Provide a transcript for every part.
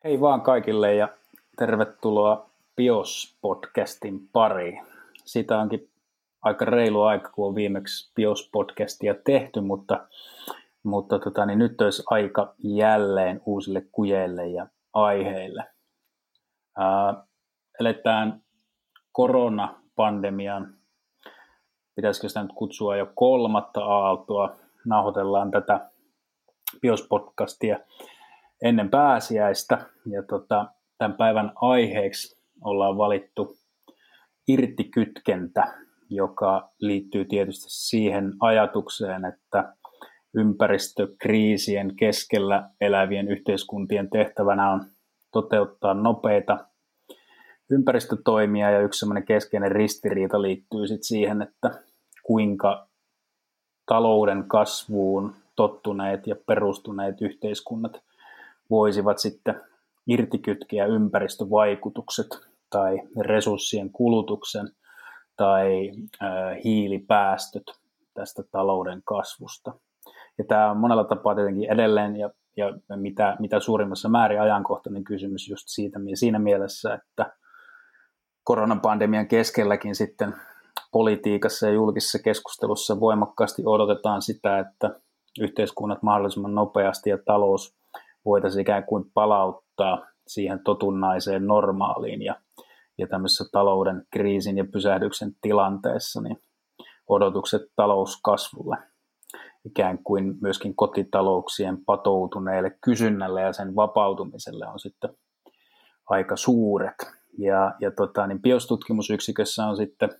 Hei vaan kaikille ja tervetuloa BIOS-podcastin pariin. Siitä onkin aika reilu aika, kun on viimeksi BIOS-podcastia tehty, mutta nyt olisi aika jälleen uusille kujeille ja aiheille. Eletään koronapandemian, pitäisikö sitä nyt kutsua jo 3. aaltoa. Nauhoitellaan tätä BIOS-podcastia ennen pääsiäistä, ja tämän päivän aiheeksi ollaan valittu irtikytkentä, joka liittyy tietysti siihen ajatukseen, että ympäristökriisien keskellä elävien yhteiskuntien tehtävänä on toteuttaa nopeita ympäristötoimia, ja yksi semmoinen keskeinen ristiriita liittyy sitten siihen, että kuinka talouden kasvuun tottuneet ja perustuneet yhteiskunnat voisivat sitten irtikytkeä ympäristövaikutukset tai resurssien kulutuksen tai hiilipäästöt tästä talouden kasvusta. Ja tämä on monella tapaa tietenkin edelleen ja mitä suurimmassa määrin ajankohtainen kysymys just siinä mielessä, että koronapandemian keskelläkin sitten politiikassa ja julkisessa keskustelussa voimakkaasti odotetaan sitä, että yhteiskunnat mahdollisimman nopeasti ja talous voitaisiin ikään kuin palauttaa siihen totunnaiseen normaaliin, ja tämmöisessä talouden kriisin ja pysähdyksen tilanteessa niin odotukset talouskasvulle ikään kuin myöskin kotitalouksien patoutuneelle kysynnälle ja sen vapautumiselle on sitten aika suuret. Niin BIOS-tutkimusyksikössä on sitten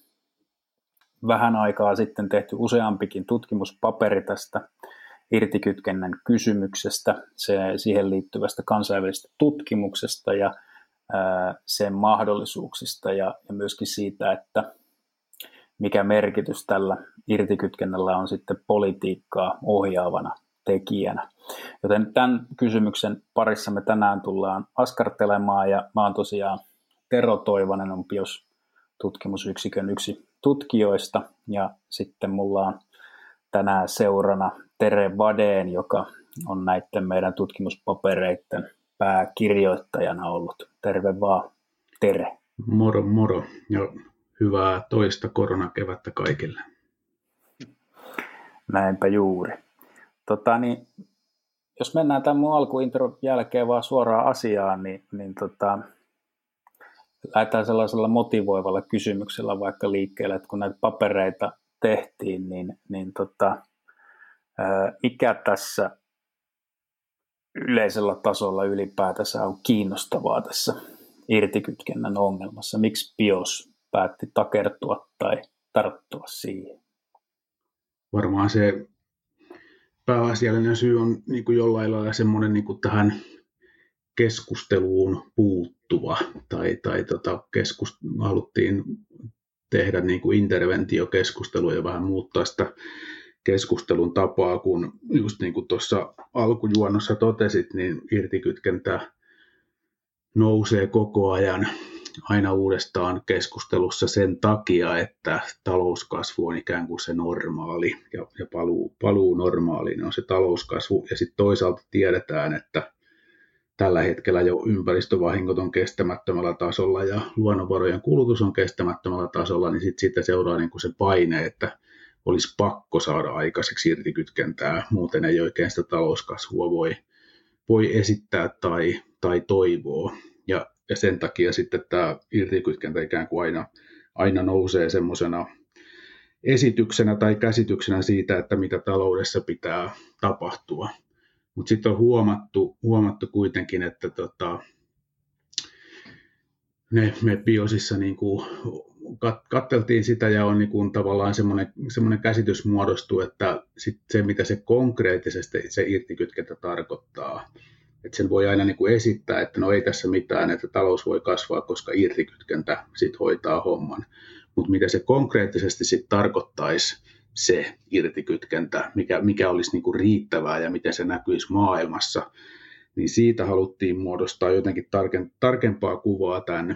vähän aikaa sitten tehty useampikin tutkimuspaperi tästä irtikytkennän kysymyksestä, siihen liittyvästä kansainvälisestä tutkimuksesta ja sen mahdollisuuksista ja myöskin siitä, että mikä merkitys tällä irtikytkennällä on sitten politiikkaa ohjaavana tekijänä. Joten tämän kysymyksen parissa me tänään tullaan askartelemaan, ja mä oon tosiaan Tero Toivonen, on BIOS-tutkimusyksikön yksi tutkijoista, ja sitten mulla on tänään seurana Tere Wadén, joka on näiden meidän tutkimuspapereiden pääkirjoittajana ollut. Terve vaan, Tere. Moro, moro, ja hyvää toista koronakevättä kaikille. Näinpä juuri. Jos mennään tämän mun alkuintron jälkeen vaan suoraan asiaan, niin lähdetään sellaisella motivoivalla kysymyksellä vaikka liikkeelle, että kun näitä papereita tehtiin, mikä tässä yleisellä tasolla ylipäätänsä on kiinnostavaa tässä irtikytkennän ongelmassa? Miksi BIOS päätti takertua tai tarttua siihen? Varmaan se pääasiallinen syy on niin kuin jollain lailla semmoinen niin kuin tähän keskusteluun puuttuva tai haluttiin tehdä niin kuin interventiokeskustelua ja vähän muuttaa sitä keskustelun tapaa, kun just niin kuin tuossa alkujuonnossa totesit, niin irtikytkentä nousee koko ajan aina uudestaan keskustelussa sen takia, että talouskasvu on ikään kuin se normaali ja paluu normaaliin on se talouskasvu, ja sitten toisaalta tiedetään, että tällä hetkellä jo ympäristövahingot on kestämättömällä tasolla ja luonnonvarojen kulutus on kestämättömällä tasolla, niin sitten siitä seuraa niin kuin se paine, että olisi pakko saada aikaiseksi irtikytkentää, muuten ei oikein sitä talouskasvua voi esittää tai toivoa. Ja sen takia sitten tämä irtikytkentä ikään kuin aina nousee semmoisena esityksenä tai käsityksenä siitä, että mitä taloudessa pitää tapahtua. Mutta sitten on huomattu kuitenkin, että me BIOSissa niin kuin katseltiin sitä ja on niin kuin tavallaan semmoinen käsitys muodostuu, että se mitä se konkreettisesti se irtikytkentä tarkoittaa, että sen voi aina niin kuin esittää, että no ei tässä mitään, että talous voi kasvaa, koska irtikytkentä sit hoitaa homman. Mutta mitä se konkreettisesti sit tarkoittaisi se irtikytkentä, mikä olisi niin kuin riittävää ja miten se näkyisi maailmassa, niin siitä haluttiin muodostaa jotenkin tarkempaa kuvaa tämän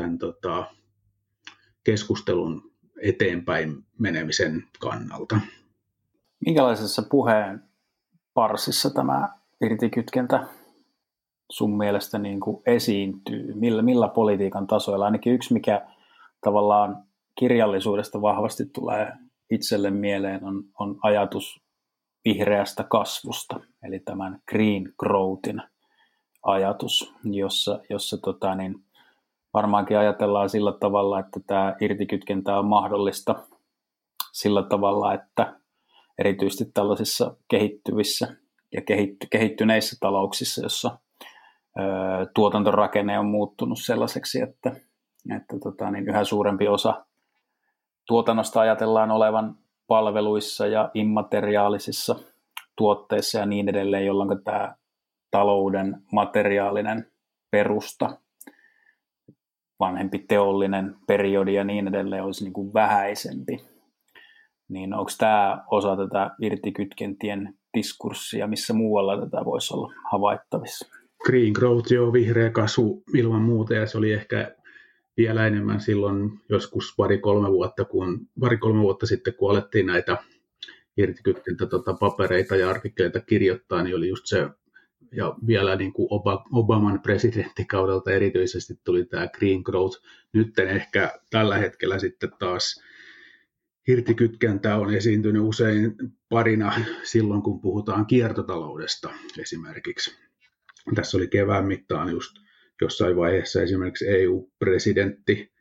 keskustelun eteenpäin menemisen kannalta. Minkälaisessa puheen parsissa tämä irtikytkentä sun mielestä niin kuin esiintyy? Millä politiikan tasoilla? Ainakin yksi, mikä tavallaan kirjallisuudesta vahvasti tulee itselle mieleen, on ajatus vihreästä kasvusta, eli tämän green growthin ajatus, jossa varmaankin ajatellaan sillä tavalla, että tämä irtikytkentä on mahdollista sillä tavalla, että erityisesti tällaisissa kehittyvissä ja kehittyneissä talouksissa, jossa tuotantorakenne on muuttunut sellaiseksi, että yhä suurempi osa tuotannosta ajatellaan olevan palveluissa ja immateriaalisissa tuotteissa ja niin edelleen, jolloin tämä talouden materiaalinen perusta, vanhempi teollinen periodi ja niin edelleen olisi niin kuin vähäisempi. Niin onko tämä osa tätä irtikytkentien diskurssia, missä muualla tätä voisi olla havaittavissa? Green growth, joo, vihreä kasvu ilman muuta, ja se oli ehkä vielä enemmän silloin joskus pari-kolme vuotta sitten, kun alettiin näitä irtikytkentäpapereita ja artikkeleita kirjoittaa, niin oli just se, ja vielä niin kuin Obaman presidenttikaudelta erityisesti tuli tämä green growth. Nyt ehkä tällä hetkellä sitten taas irtikytkentä on esiintynyt usein parina silloin, kun puhutaan kiertotaloudesta esimerkiksi. Tässä oli kevään mittaan just jossain vaiheessa esimerkiksi EU-presidentti,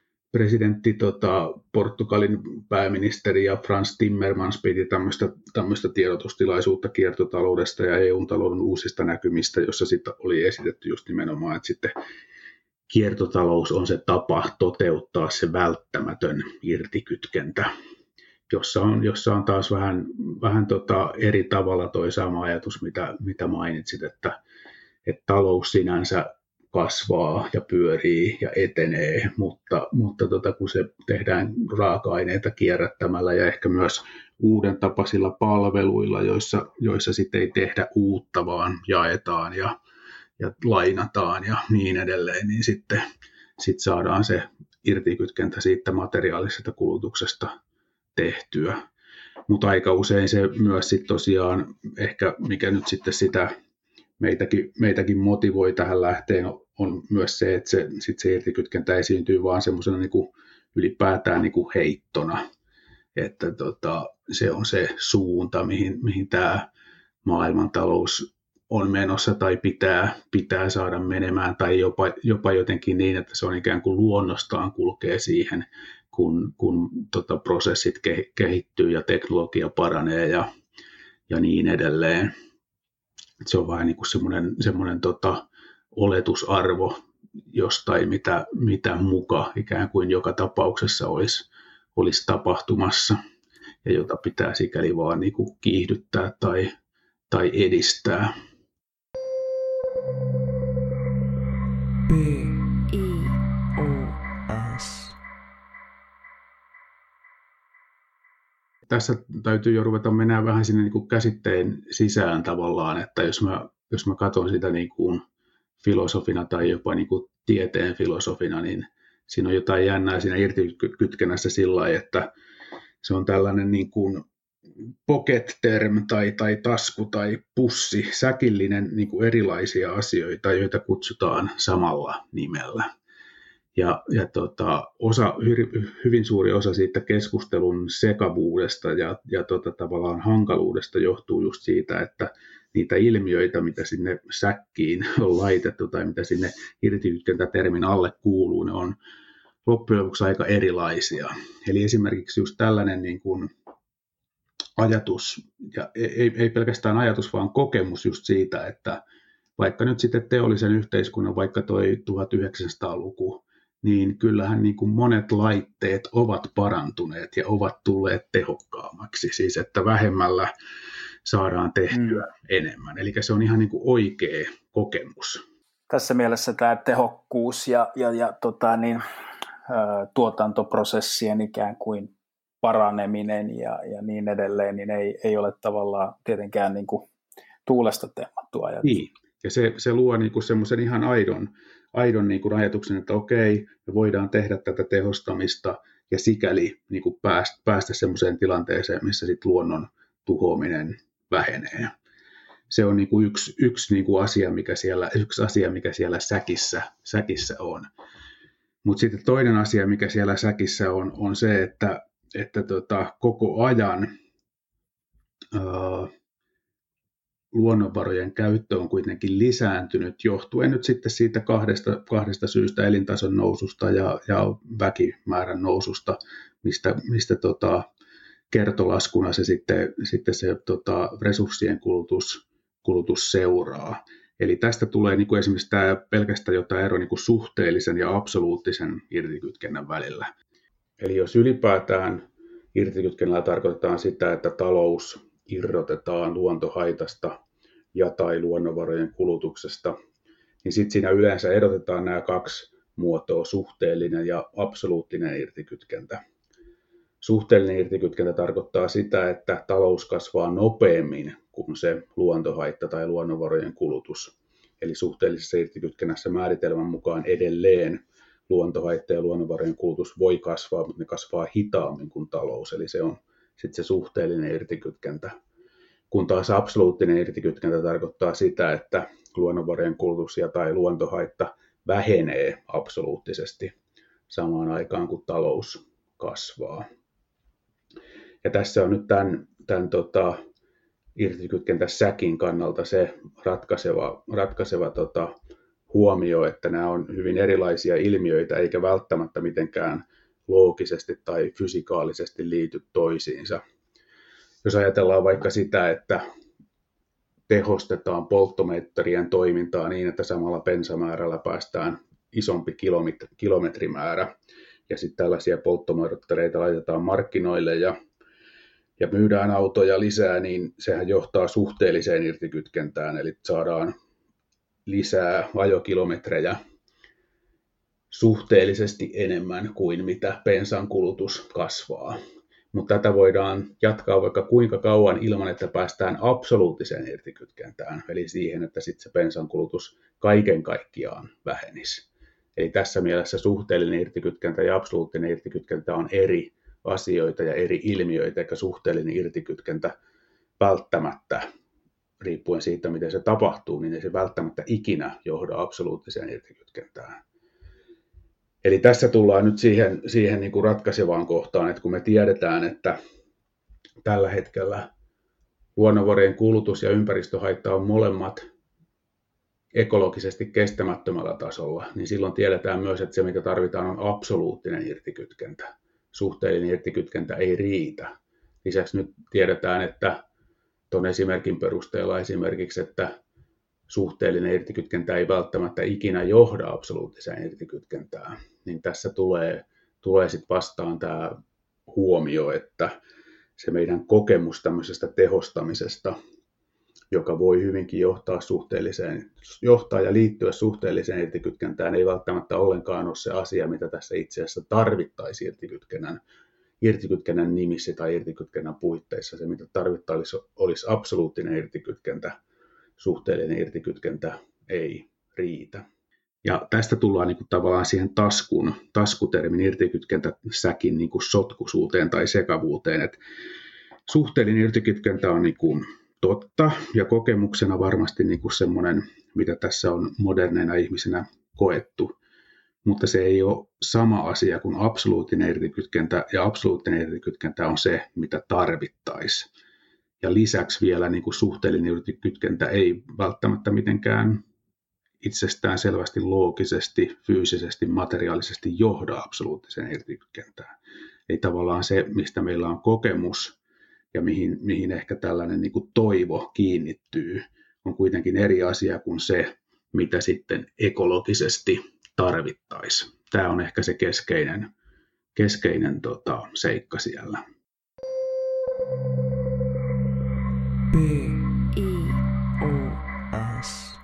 Portugalin pääministeri ja Frans Timmermans piti tämmöistä tiedotustilaisuutta kiertotaloudesta ja EU-talouden uusista näkymistä, jossa sitten oli esitetty just nimenomaan, että sitten kiertotalous on se tapa toteuttaa se välttämätön irtikytkentä, jossa on taas vähän eri tavalla toi sama ajatus, mitä mainitsit, että talous sinänsä kasvaa ja pyörii ja etenee, mutta kun se tehdään raaka-aineita kierrättämällä ja ehkä myös uuden tapaisilla palveluilla, joissa sitten ei tehdä uutta, vaan jaetaan ja lainataan ja niin edelleen, niin sitten saadaan se irtikytkentä siitä materiaalisesta kulutuksesta tehtyä. Mutta aika usein se myös sitten tosiaan, ehkä mikä nyt sitten sitä meitäkin motivoi tähän lähteen, on myös se, että se irtikytkentä esiintyy vaan semmoisena niin kuin ylipäätään niin kuin heittona, että se on se suunta, mihin tämä maailmantalous on menossa tai pitää saada menemään, tai jopa jotenkin niin, että se on ikään kuin luonnostaan kulkee siihen, kun prosessit kehittyy ja teknologia paranee ja niin edelleen. Se on vähän niin kuin semmoinen oletusarvo jostain, mitä muka ikään kuin joka tapauksessa olisi tapahtumassa ja jota pitää sikäli vaan niin kuin kiihdyttää tai edistää. BIOS. Tässä täytyy jo ruveta mennä vähän sinne niin kuin käsitteen sisään tavallaan, että jos mä katson sitä niin kuin filosofina tai jopa niin kuin tieteen filosofina, niin siinä on jotain jännää siinä irtikytkennässä sillä lailla, että se on tällainen niin kuin pocket-term tai tasku tai pussi, säkillinen niin kuin erilaisia asioita, joita kutsutaan samalla nimellä. Ja hyvin suuri osa siitä keskustelun sekavuudesta ja tavallaan hankaluudesta johtuu just siitä, että niitä ilmiöitä, mitä sinne säkkiin on laitettu tai mitä sinne irtikytkentätermin alle kuuluu, ne on loppujen lopuksi aika erilaisia. Eli esimerkiksi just tällainen niin kuin ajatus, ja ei pelkästään ajatus, vaan kokemus just siitä, että vaikka nyt sitten teollisen yhteiskunnan, vaikka toi 1900-luku, niin kyllähän niin kuin monet laitteet ovat parantuneet ja ovat tulleet tehokkaammaksi, siis että vähemmällä saadaan tehtyä enemmän. Eli se on ihan niin kuin oikea kokemus. Tässä mielessä tämä tehokkuus ja tuotantoprosessien ikään kuin paraneminen ja niin edelleen, niin ei ole tavallaan tietenkään niin kuin tuulesta temmattu ajatus. Niin, ja se luo niin kuin semmoisen ihan aidon niin kuin ajatuksen, että okei, me voidaan tehdä tätä tehostamista ja sikäli niin kuin päästä semmoiseen tilanteeseen, missä sit luonnon tuhoaminen vähenee. se on niin kuin yksi niin kuin yksi asia, mikä siellä säkissä on. Mutta sitten toinen asia, mikä siellä säkissä on se, että koko ajan luonnonvarojen käyttö on kuitenkin lisääntynyt johtuen nyt sitten siitä kahdesta syystä, elintason noususta ja väkimäärän noususta, mistä kertolaskuna se sitten se resurssien kulutus seuraa. Eli tästä tulee niin kuin esimerkiksi tämä pelkästään jotain ero niin kuin suhteellisen ja absoluuttisen irtikytkennän välillä. Eli jos ylipäätään irtikytkennällä tarkoitetaan sitä, että talous irrotetaan luontohaitasta ja tai luonnonvarojen kulutuksesta, niin sitten siinä yleensä erotetaan nämä kaksi muotoa, suhteellinen ja absoluuttinen irtikytkentä. Suhteellinen irtikytkentä tarkoittaa sitä, että talous kasvaa nopeammin kuin se luontohaitta tai luonnonvarojen kulutus. Eli suhteellisessa irtikytkennässä määritelmän mukaan edelleen luontohaitta ja luonnonvarojen kulutus voi kasvaa, mutta ne kasvaa hitaammin kuin talous. Eli se on sitten se suhteellinen irtikytkentä. Kun taas absoluuttinen irtikytkentä tarkoittaa sitä, että luonnonvarojen kulutus ja tai luontohaitta vähenee absoluuttisesti samaan aikaan kuin talous kasvaa. Ja tässä on nyt tämän irtikytkentäsäkin kannalta se ratkaiseva huomio, että nämä on hyvin erilaisia ilmiöitä, eikä välttämättä mitenkään loogisesti tai fysikaalisesti liity toisiinsa. Jos ajatellaan vaikka sitä, että tehostetaan polttomoottorien toimintaa niin, että samalla bensamäärällä päästään isompi kilometrimäärä, ja sitten tällaisia polttomoottoreita laitetaan markkinoille ja myydään autoja lisää, niin sehän johtaa suhteelliseen irtikytkentään, eli saadaan lisää ajokilometrejä suhteellisesti enemmän kuin mitä bensan kulutus kasvaa. Mutta tätä voidaan jatkaa vaikka kuinka kauan ilman, että päästään absoluuttiseen irtikytkentään, eli siihen, että sitten se bensan kulutus kaiken kaikkiaan vähenisi. Eli tässä mielessä suhteellinen irtikytkentä ja absoluuttinen irtikytkentä on eri asioita ja eri ilmiöitä, eikä suhteellinen irtikytkentä välttämättä, riippuen siitä, miten se tapahtuu, niin ei se välttämättä ikinä johda absoluuttiseen irtikytkentään. Eli tässä tullaan nyt siihen niin kuin ratkaisevaan kohtaan, että kun me tiedetään, että tällä hetkellä luonnonvarojen kulutus ja ympäristöhaitta on molemmat ekologisesti kestämättömällä tasolla, niin silloin tiedetään myös, että se, mikä tarvitaan, on absoluuttinen irtikytkentä. Suhteellinen irtikytkentä ei riitä. Lisäksi nyt tiedetään, että tuon esimerkin perusteella esimerkiksi, että suhteellinen irtikytkentä ei välttämättä ikinä johda absoluuttiseen irtikytkentään, niin tässä tulee sitten vastaan tämä huomio, että se meidän kokemus tämmöisestä tehostamisesta, joka voi hyvinkin johtaa ja liittyä suhteelliseen irtikytkentään, ei välttämättä ollenkaan ole se asia, mitä tässä itse asiassa tarvittaisiin irtikytkennän nimissä tai irtikytkennän puitteissa. Se, mitä tarvittaisiin, olisi absoluuttinen irtikytkentä. Suhteellinen irtikytkentä ei riitä. Ja tästä tullaan niin kuin tavallaan siihen taskutermin irtikytkentäsäkin niin kuin sotkuisuuteen tai sekavuuteen. Et suhteellinen irtikytkentä on niin kuin totta ja kokemuksena varmasti niin kuin semmoinen, mitä tässä on moderneina ihmisenä koettu, mutta se ei ole sama asia kuin absoluuttinen irtikytkentä, ja absoluuttinen irtikytkentä on se, mitä tarvittaisiin. Ja lisäksi vielä niin kuin suhteellinen irtikytkentä ei välttämättä mitenkään itsestään selvästi loogisesti, fyysisesti, materiaalisesti johda absoluuttiseen irtikytkentään. Eli tavallaan se, mistä meillä on kokemus ja mihin ehkä tällainen niin kuin toivo kiinnittyy, on kuitenkin eri asia kuin se, mitä sitten ekologisesti tarvittaisiin. Tämä on ehkä se keskeinen seikka siellä. B-I-O-S.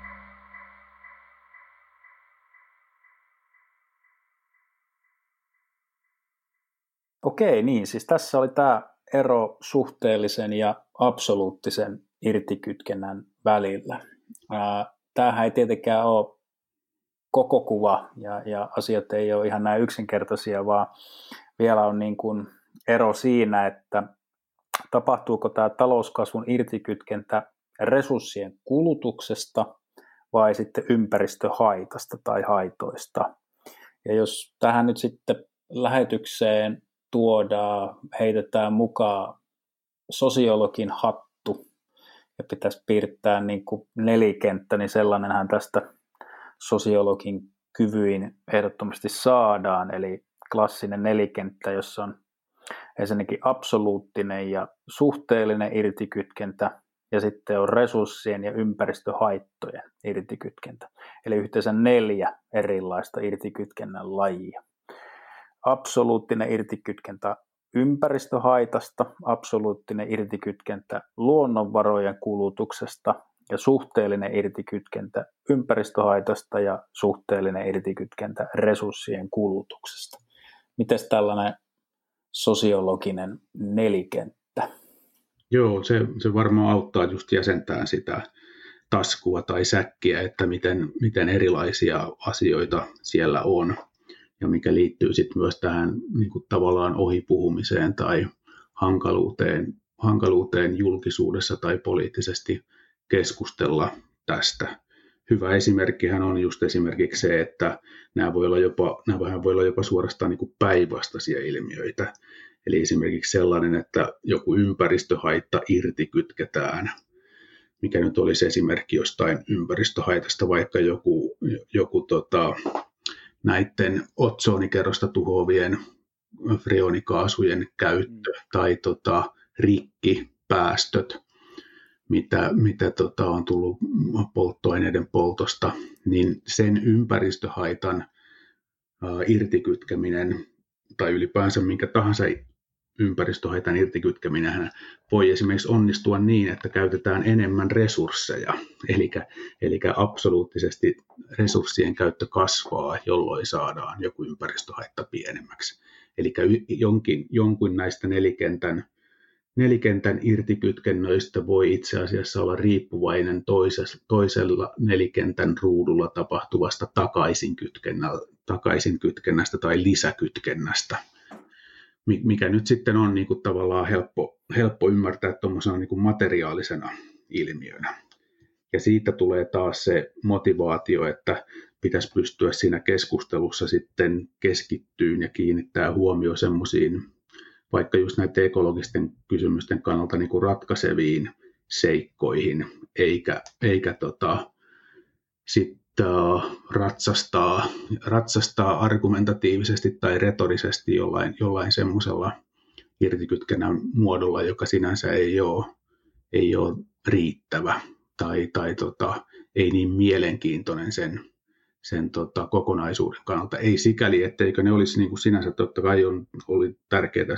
Okei, niin siis tässä oli tämä ero suhteellisen ja absoluuttisen irtikytkennän välillä. Tämähän ei tietenkään ole koko kuva ja asiat ei ole ihan näin yksinkertaisia, vaan vielä on niin kuin ero siinä, että tapahtuuko tämä talouskasvun irtikytkentä resurssien kulutuksesta vai sitten ympäristöhaitasta tai haitoista. Ja jos tähän nyt sitten lähetykseen heitetään mukaan sosiologin hattu ja pitäisi piirtää niin kuin nelikenttä, niin sellainenhan tästä sosiologin kyvyin ehdottomasti saadaan, eli klassinen nelikenttä, jossa on ensinnäkin absoluuttinen ja suhteellinen irtikytkentä, ja sitten on resurssien ja ympäristöhaittojen irtikytkentä, eli yhteensä 4 erilaista irtikytkennän lajia. Absoluuttinen irtikytkentä ympäristöhaitasta, absoluuttinen irtikytkentä luonnonvarojen kulutuksesta ja suhteellinen irtikytkentä ympäristöhaitasta ja suhteellinen irtikytkentä resurssien kulutuksesta. Mites tällainen sosiologinen nelikenttä? Joo, se varmaan auttaa just jäsentämään sitä taskua tai säkkiä, että miten erilaisia asioita siellä on ja mikä liittyy sitten myös tähän niin kuin tavallaan ohipuhumiseen tai hankaluuteen julkisuudessa tai poliittisesti keskustella tästä. Hyvä esimerkkihän on just esimerkiksi se, että nämä voi olla jopa suorastaan niin kuin päinvastaisia ilmiöitä. Eli esimerkiksi sellainen, että joku ympäristöhaitta irtikytketään, mikä nyt olisi esimerkki jostain ympäristöhaitasta, vaikka joku näiden otsonikerrosta tuhoavien freonikaasujen käyttö tai rikkipäästöt, mitä on tullut polttoaineiden poltosta, niin sen ympäristöhaitan irtikytkeminen tai ylipäänsä minkä tahansa ympäristöhaitan irtikytkeminen voi esimerkiksi onnistua niin, että käytetään enemmän resursseja, eli absoluuttisesti resurssien käyttö kasvaa, jolloin saadaan joku ympäristöhaitta pienemmäksi. Eli jonkun näistä nelikentän irtikytkennöistä voi itse asiassa olla riippuvainen toisella nelikentän ruudulla tapahtuvasta takaisinkytkennästä tai lisäkytkennästä, mikä nyt sitten on niin kuin tavallaan helppo ymmärtää tuommoisena niin kuin materiaalisena ilmiönä. Ja siitä tulee taas se motivaatio, että pitäisi pystyä siinä keskustelussa sitten keskittyyn ja kiinnittää huomio semmoisiin vaikka just näiden ekologisten kysymysten kannalta niin kuin ratkaiseviin seikkoihin, eikä sitten ratsastaa argumentatiivisesti tai retorisesti jollain semmoisella irtikytkennän muodolla, joka sinänsä ei ole riittävä tai ei niin mielenkiintoinen sen kokonaisuuden kannalta. Ei sikäli, etteikö ne olisi niin kuin sinänsä totta kai oli tärkeää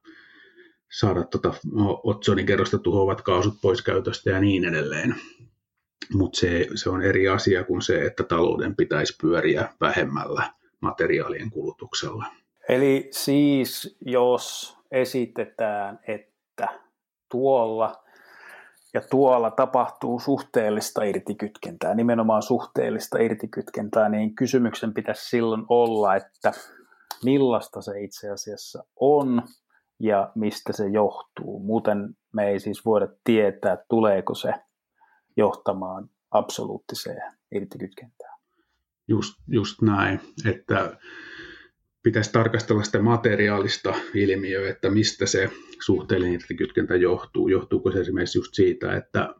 saada otsonikerrosta tuhoavat kaasut pois käytöstä ja niin edelleen. Mutta se on eri asia kuin se, että talouden pitäisi pyöriä vähemmällä materiaalien kulutuksella. Eli siis jos esitetään, että tuolla ja tuolla tapahtuu suhteellista irtikytkentää, nimenomaan suhteellista irtikytkentää, niin kysymyksen pitäisi silloin olla, että millaista se itse asiassa on ja mistä se johtuu. Muuten me ei siis voida tietää, tuleeko se johtamaan absoluuttiseen irtikytkentään. Just näin, että pitäisi tarkastella sitä materiaalista ilmiöä, että mistä se suhteellinen irtikytkentä johtuu. Johtuuko se esimerkiksi just siitä, että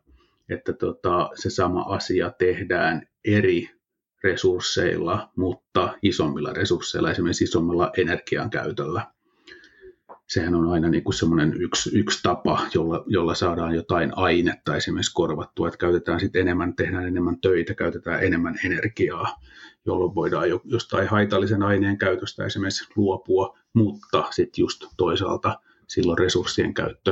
se sama asia tehdään eri resursseilla, mutta isommilla resursseilla, esimerkiksi isommalla energiankäytöllä. Sehän on aina niin kuin semmoinen yksi tapa, jolla saadaan jotain ainetta esimerkiksi korvattua, että tehdään enemmän töitä, käytetään enemmän energiaa, jolloin voidaan jostain haitallisen aineen käytöstä esimerkiksi luopua, mutta sitten just toisaalta silloin resurssien käyttö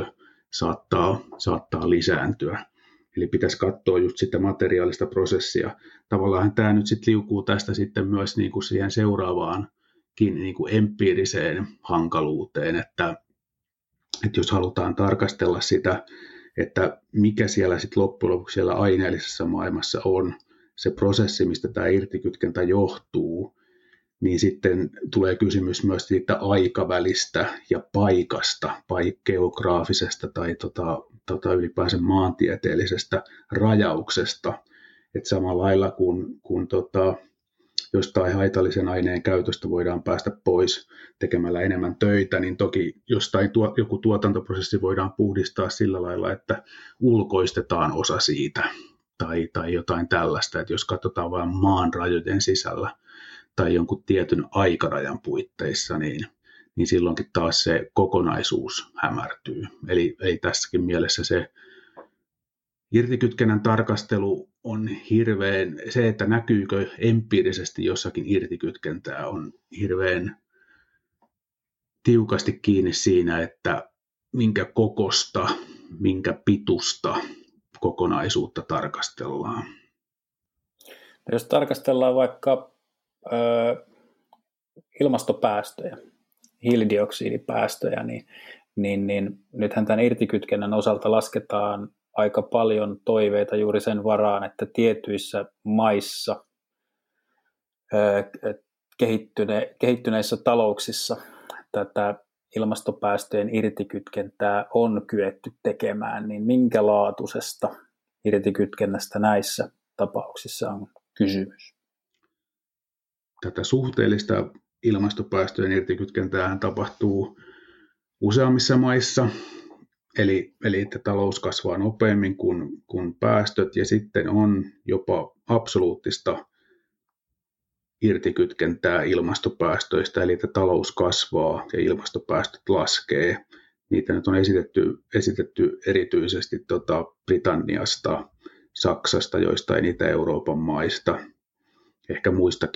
saattaa lisääntyä. Eli pitäisi katsoa just sitä materiaalista prosessia. Tavallaan tämä nyt sitten liukuu tästä sitten myös niin kuin siihen seuraavaankin niin kuin empiiriseen hankaluuteen, että jos halutaan tarkastella sitä, että mikä siellä sitten loppujen lopuksi siellä aineellisessa maailmassa on se prosessi, mistä tämä irtikytkentä johtuu, niin sitten tulee kysymys myös siitä aikavälistä ja paikasta, geograafisesta ylipäänsä maantieteellisestä rajauksesta. Et samalla lailla kun jostain haitallisen aineen käytöstä voidaan päästä pois tekemällä enemmän töitä, niin toki jostain joku tuotantoprosessi voidaan puhdistaa sillä lailla, että ulkoistetaan osa siitä tai jotain tällaista, että jos katsotaan vain maan rajojen sisällä tai jonkun tietyn aikarajan puitteissa, niin silloinkin taas se kokonaisuus hämärtyy. Eli tässäkin mielessä se irtikytkennän tarkastelu on se, että näkyykö empiirisesti jossakin irtikytkentää, on hirveän tiukasti kiinni siinä, että minkä kokosta, minkä pitusta kokonaisuutta tarkastellaan. Jos tarkastellaan vaikka ilmastopäästöjä, hiilidioksidipäästöjä, niin nythän tämän irtikytkennän osalta lasketaan aika paljon toiveita juuri sen varaan, että tietyissä maissa, kehittyneissä talouksissa tätä ilmastopäästöjen irtikytkentää on kyetty tekemään, niin minkä laatuisesta irtikytkennästä näissä tapauksissa on kysymys? Tätä suhteellista ilmastopäästöjen irtikytkentää tapahtuu useammissa maissa, eli että talous kasvaa nopeammin kuin päästöt, ja sitten on jopa absoluuttista irtikytkentää ilmastopäästöistä, eli että talous kasvaa ja ilmastopäästöt laskee. Niitä nyt on esitetty erityisesti Britanniasta, Saksasta, joistain Itä-Euroopan maista, ehkä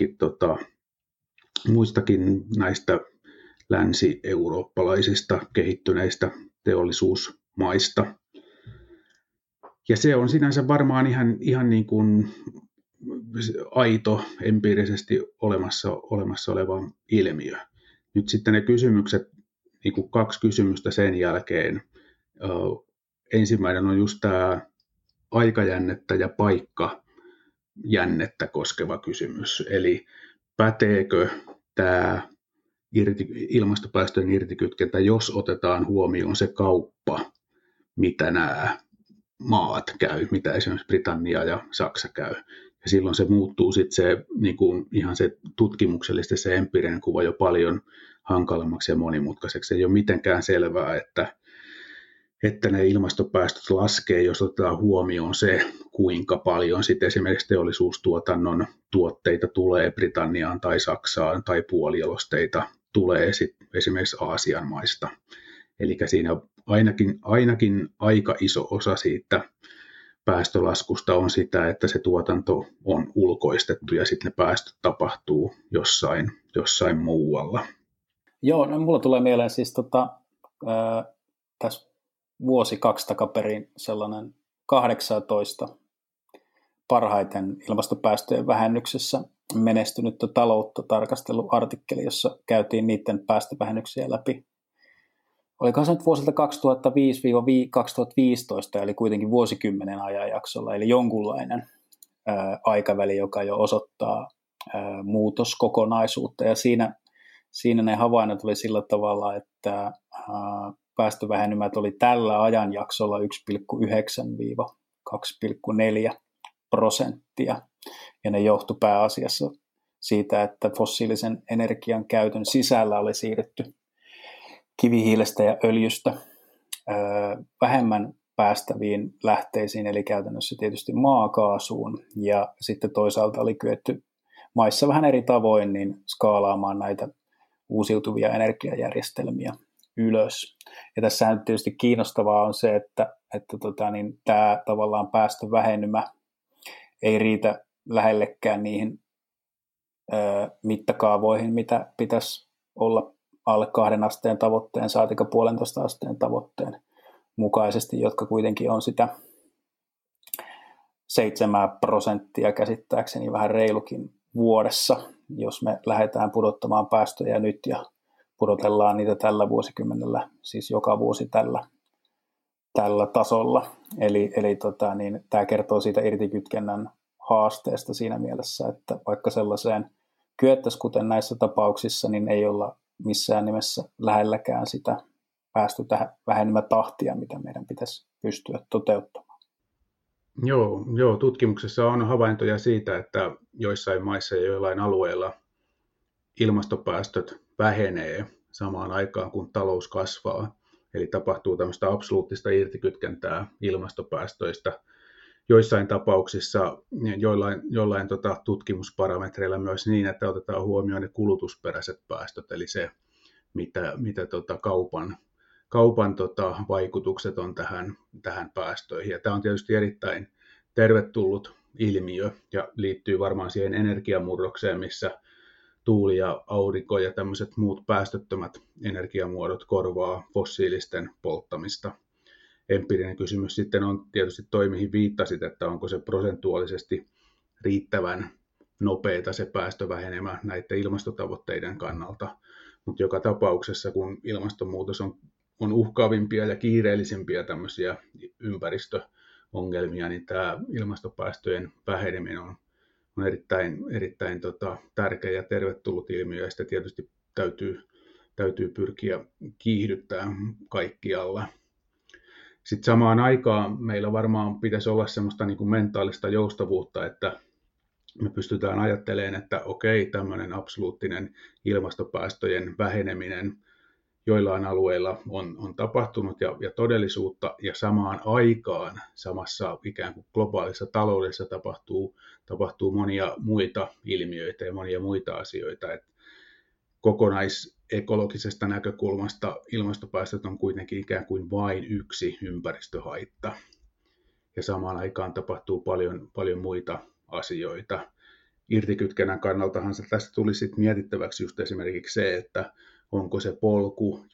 muistakin näistä länsi-eurooppalaisista kehittyneistä teollisuusmaista. Ja se on sinänsä varmaan ihan niin kuin aito, empiirisesti olemassa oleva ilmiö. Nyt sitten ne kysymykset, niin kuin 2 kysymystä sen jälkeen. Ensimmäinen on just tämä aikajännettä ja paikkajännettä koskeva kysymys. Eli päteekö tämä ilmastopäästöjen irtikytkentä, jos otetaan huomioon se kauppa, mitä nämä maat käy, mitä esimerkiksi Britannia ja Saksa käy. Ja silloin se muuttuu sitten se, niin kuin ihan se tutkimuksellisesti se empiirinen kuva jo paljon hankalammaksi ja monimutkaiseksi. Ei ole mitenkään selvää, että ne ilmastopäästöt laskee, jos otetaan huomioon se, kuinka paljon sitten esimerkiksi teollisuustuotannon tuotteita tulee Britanniaan tai Saksaan tai puolijalosteita tulee sitten esimerkiksi Aasian maista. Eli siinä ainakin aika iso osa siitä päästölaskusta on sitä, että se tuotanto on ulkoistettu ja sitten ne päästöt tapahtuu jossain muualla. Joo, no mulla tulee mieleen siis tässä vuosi 2 takaperin sellainen 18 parhaiten ilmastopäästöjen vähennyksessä menestynyttä taloutta tarkasteluartikkeli, jossa käytiin niiden päästövähennyksiä läpi. Olikohan se nyt vuosilta 2005-2015, eli kuitenkin vuosikymmenen ajanjaksolla, eli jonkunlainen aikaväli, joka jo osoittaa muutoskokonaisuutta. Ja siinä ne havainnot oli sillä tavalla, että päästövähennymät oli tällä ajanjaksolla 1,9-2,4%, ja ne johtui pääasiassa siitä, että fossiilisen energian käytön sisällä oli siirrytty kivihiilestä ja öljystä vähemmän päästäviin lähteisiin, eli käytännössä tietysti maakaasuun, ja sitten toisaalta oli kyetty maissa vähän eri tavoin niin skaalaamaan näitä uusiutuvia energiajärjestelmiä ylös. Ja tässä tietysti kiinnostavaa on se, että tämä tavallaan päästövähennymä ei riitä lähellekään niihin mittakaavoihin, mitä pitäisi olla alle 2 asteen tavoitteen, saatika 1,5 asteen tavoitteen mukaisesti, jotka kuitenkin on sitä 7% käsittääkseni vähän reilukin vuodessa, jos me lähdetään pudottamaan päästöjä nyt ja pudotellaan niitä tällä vuosikymmenellä, siis joka vuosi tällä tasolla. Eli tämä kertoo siitä irtikytkennän haasteesta siinä mielessä, että vaikka sellaiseen kyettäisiin, kuten näissä tapauksissa, niin ei olla missään nimessä lähelläkään sitä päästövähenemätahtia, mitä meidän pitäisi pystyä toteuttamaan. Joo, tutkimuksessa on havaintoja siitä, että joissain maissa ja joillain alueilla ilmastopäästöt vähenee samaan aikaan, kun talous kasvaa. Eli tapahtuu tämmöistä absoluuttista irtikytkentää ilmastopäästöistä. Joissain tapauksissa, jollain tutkimusparametreilla myös niin, että otetaan huomioon ne kulutusperäiset päästöt, eli se, mitä kaupan vaikutukset on tähän päästöihin. Ja tämä on tietysti erittäin tervetullut ilmiö ja liittyy varmaan siihen energiamurrokseen, missä tuuli ja aurinko ja tämmöiset muut päästöttömät energiamuodot korvaa fossiilisten polttamista. Empiirinen kysymys sitten on tietysti toi, mihin viittasit, että onko se prosentuaalisesti riittävän nopeata se päästövähenemä näiden ilmastotavoitteiden kannalta. Mutta joka tapauksessa, kun ilmastonmuutos on uhkaavimpia ja kiireellisimpiä tämmöisiä ympäristöongelmia, niin tämä ilmastopäästöjen väheneminen on erittäin tärkeä ja tervetullut ilmiö, ja sitä tietysti täytyy pyrkiä kiihdyttämään kaikkialla. Sitten samaan aikaan meillä varmaan pitäisi olla semmoista niin kuin mentaalista joustavuutta, että me pystytään ajattelemaan, että okei, tämmöinen absoluuttinen ilmastopäästöjen väheneminen joillain alueilla on tapahtunut ja todellisuutta, ja samaan aikaan samassa ikään kuin globaalissa taloudessa tapahtuu monia muita ilmiöitä ja monia muita asioita. Et kokonaisekologisesta näkökulmasta ilmastopäästöt on kuitenkin ikään kuin vain yksi ympäristöhaitta, ja samaan aikaan tapahtuu paljon muita asioita. Irtikytkennän kannaltahan tästä tuli sitten mietittäväksi just esimerkiksi se, että onko se polku,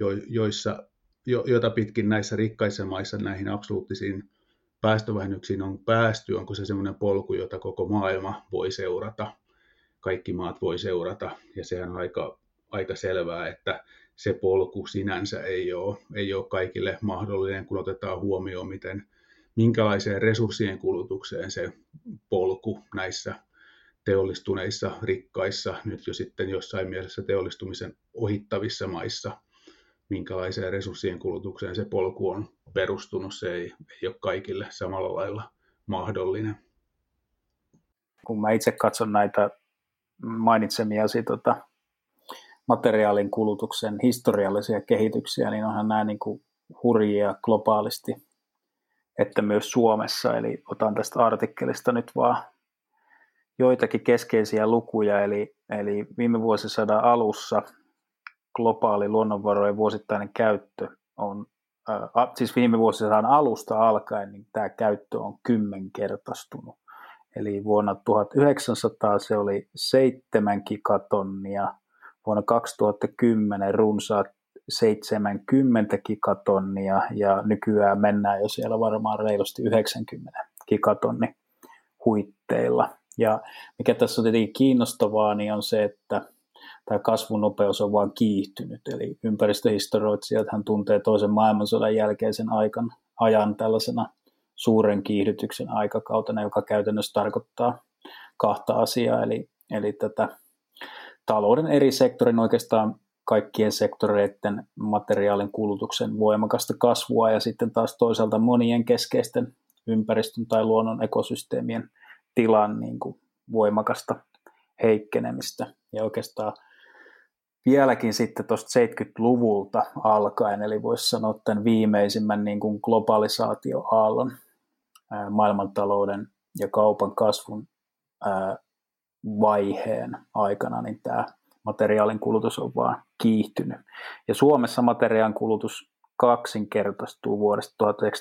jota pitkin näissä rikkaissa maissa näihin absoluuttisiin päästövähennyksiin on päästy, onko se semmoinen polku, jota koko maailma voi seurata, kaikki maat voi seurata, ja sehän on aika selvää, että se polku sinänsä ei ole kaikille mahdollinen, kun otetaan huomioon, minkälaiseen resurssien kulutukseen se polku näissä teollistuneissa, rikkaissa, nyt jo sitten jossain mielessä teollistumisen ohittavissa maissa, minkälaiseen resurssien kulutukseen se polku on perustunut, se ei ole kaikille samalla lailla mahdollinen. Kun mä itse katson näitä mainitsemiasi materiaalin kulutuksen historiallisia kehityksiä, niin onhan nämä niin kuin hurjia globaalisti, että myös Suomessa, eli otan tästä artikkelista nyt vaan joitakin keskeisiä lukuja, eli viime vuosisadan alussa globaali luonnonvarojen vuosittainen käyttö on, siis viime vuosisadan alusta alkaen, niin tämä käyttö on 10-kertaistunut. Eli vuonna 1900 se oli 7 gigatonnia, vuonna 2010 runsaat 70 gigatonnia, ja nykyään mennään jo siellä varmaan reilusti 90 gigatonni huitteilla. Ja mikä tässä on tietenkin kiinnostavaa, niin on se, että tämä kasvunopeus on vaan kiihtynyt. Eli ympäristöhistorioitsijathan tuntee toisen maailmansodan jälkeisen ajan tällaisena suuren kiihdytyksen aikakautena, joka käytännössä tarkoittaa kahta asiaa. Eli tätä talouden eri sektorin, oikeastaan kaikkien sektoreiden materiaalin kulutuksen voimakasta kasvua, ja sitten taas toisaalta monien keskeisten ympäristön tai luonnon ekosysteemien tilan niin kuin voimakasta heikkenemistä. Ja oikeastaan vieläkin sitten tuosta 70-luvulta alkaen, eli voisi sanoa tämän viimeisimmän niin kuin globalisaatioaallon, maailmantalouden ja kaupan kasvun vaiheen aikana, niin tämä materiaalin kulutus on vaan kiihtynyt. Ja Suomessa materiaalin kulutus kaksinkertaistuu vuodesta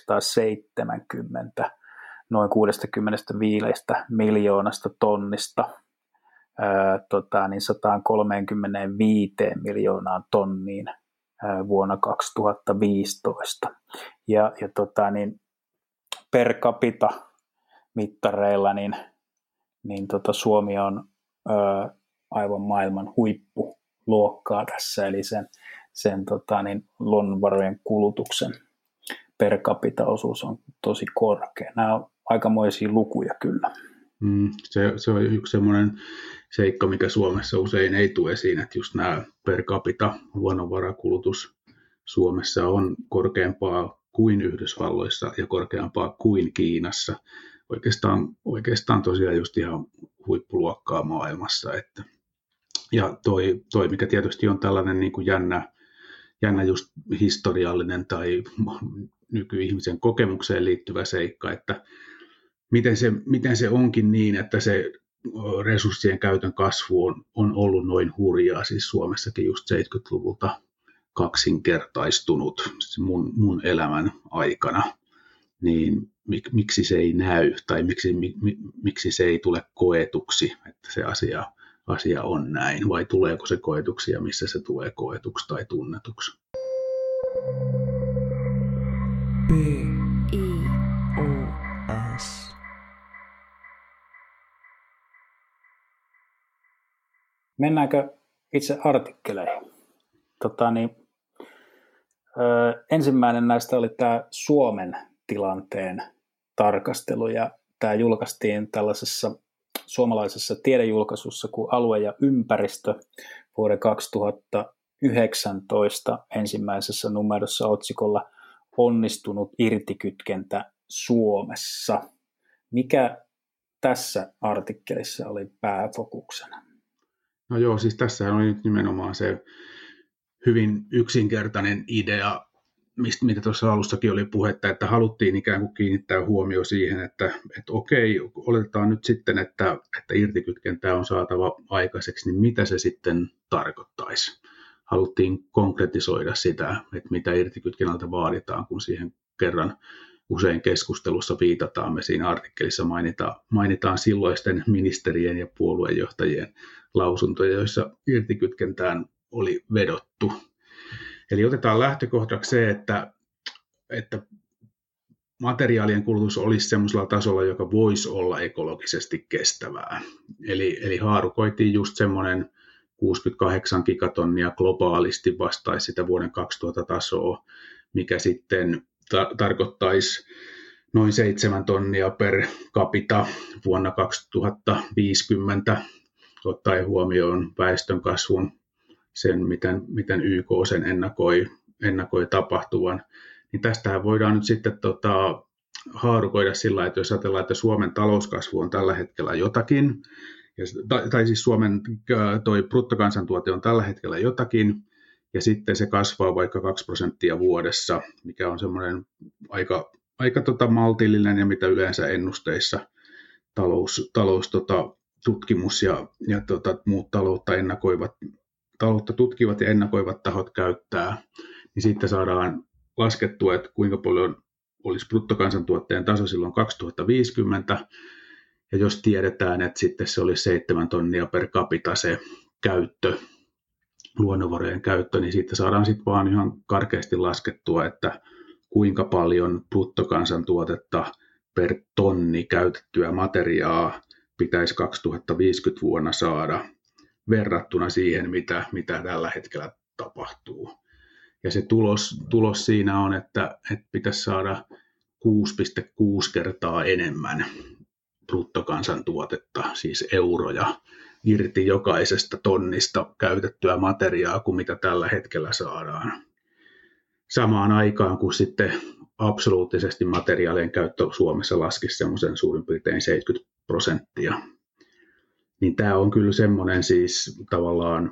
1970 noin 65 miljoonasta tonnista niin 135 miljoonaan tonniin vuonna 2015. Ja niin per capita mittareilla niin Suomi on aivan maailman huippuluokkaa tässä, eli sen luonnonvarojen kulutuksen per capita osuus on tosi korkea. Nämä on aikamoisia lukuja kyllä. Se on yksi semmoinen seikka, mikä Suomessa usein ei tule esiin, että just nämä per capita luonnonvarakulutus Suomessa on korkeampaa kuin Yhdysvalloissa ja korkeampaa kuin Kiinassa. Oikeastaan tosiaan just ihan huippuluokkaa maailmassa. Ja toi, mikä tietysti on tällainen niin kuin jännä just historiallinen tai nykyihmisen kokemukseen liittyvä seikka, että miten se onkin niin, että se resurssien käytön kasvu on ollut noin hurjaa, siis Suomessakin just 70-luvulta kaksinkertaistunut mun elämän aikana, niin miksi se ei näy tai miksi se ei tule koetuksi, että se asia on näin, vai tuleeko se koetuksi ja missä se tulee koetuksi tai tunnetuksi? BIOS. Mennäänkö itse artikkeleihin? Ensimmäinen näistä oli tämä Suomen tilanteen tarkastelu, ja tämä julkaistiin tällaisessa suomalaisessa tiedejulkaisussa kuin Alue ja ympäristö vuoden 2019 ensimmäisessä numerossa otsikolla Onnistunut irtikytkentä Suomessa. Mikä tässä artikkelissa oli pääfokuksena? No joo, siis tässä oli nyt nimenomaan se hyvin yksinkertainen idea, mitä tuossa alussakin oli puhetta, että haluttiin ikään kuin kiinnittää huomio siihen, että okei, oletetaan nyt sitten, että irtikytkentää on saatava aikaiseksi, niin mitä se sitten tarkoittaisi? Haluttiin konkretisoida sitä, että mitä irtikytkennältä vaaditaan, kun siihen kerran usein keskustelussa viitataan. Me siinä artikkelissa mainitaan silloisten ministerien ja puoluejohtajien lausuntoja, joissa irtikytkentään oli vedottu. Eli otetaan lähtökohdaksi se, että materiaalien kulutus olisi sellaisella tasolla, joka voisi olla ekologisesti kestävää. Eli haarukoitiin just semmoinen 68 gigatonnia globaalisti vastaisi sitä vuoden 2000 tasoa, mikä sitten tarkoittaisi noin 7 tonnia per capita vuonna 2050, ottaen huomioon väestönkasvun, sen miten YK sen ennakoi tapahtuvan. Niin tästähän voidaan nyt sitten haarukoida sillä, että jos ajatellaan, että Suomen talouskasvu on tällä hetkellä jotakin, tai siis Suomen bruttokansantuote on tällä hetkellä jotakin, ja sitten se kasvaa vaikka 2% vuodessa, mikä on semmoinen aika maltillinen ja mitä yleensä ennusteissa taloustutkimus ja muut taloutta tutkivat ja ennakoivat tahot käyttää, niin sitten saadaan laskettua, että kuinka paljon olisi bruttokansantuotteen taso silloin 2050, ja jos tiedetään, että sitten se olisi 7 tonnia per capita se käyttö, luonnonvarojen käyttö, niin siitä saadaan sitten vaan ihan karkeasti laskettua, että kuinka paljon bruttokansantuotetta per tonni käytettyä materiaa pitäisi 2050 vuonna saada verrattuna siihen, mitä tällä hetkellä tapahtuu. Ja se tulos siinä on, että pitäisi saada 6,6 kertaa enemmän bruttokansantuotetta, siis euroja, irti jokaisesta tonnista käytettyä materiaa kuin mitä tällä hetkellä saadaan. Samaan aikaan, kun sitten absoluuttisesti materiaalien käyttö Suomessa laskisi semmoisen suurin piirtein 70%. Niin tämä on kyllä semmoinen siis tavallaan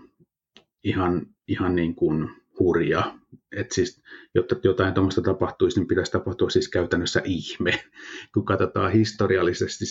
ihan niin kuin hurja, että siis jotta jotain tuommoista tapahtuisi, niin pitäisi tapahtua siis käytännössä ihme, kun katsotaan historiallisesti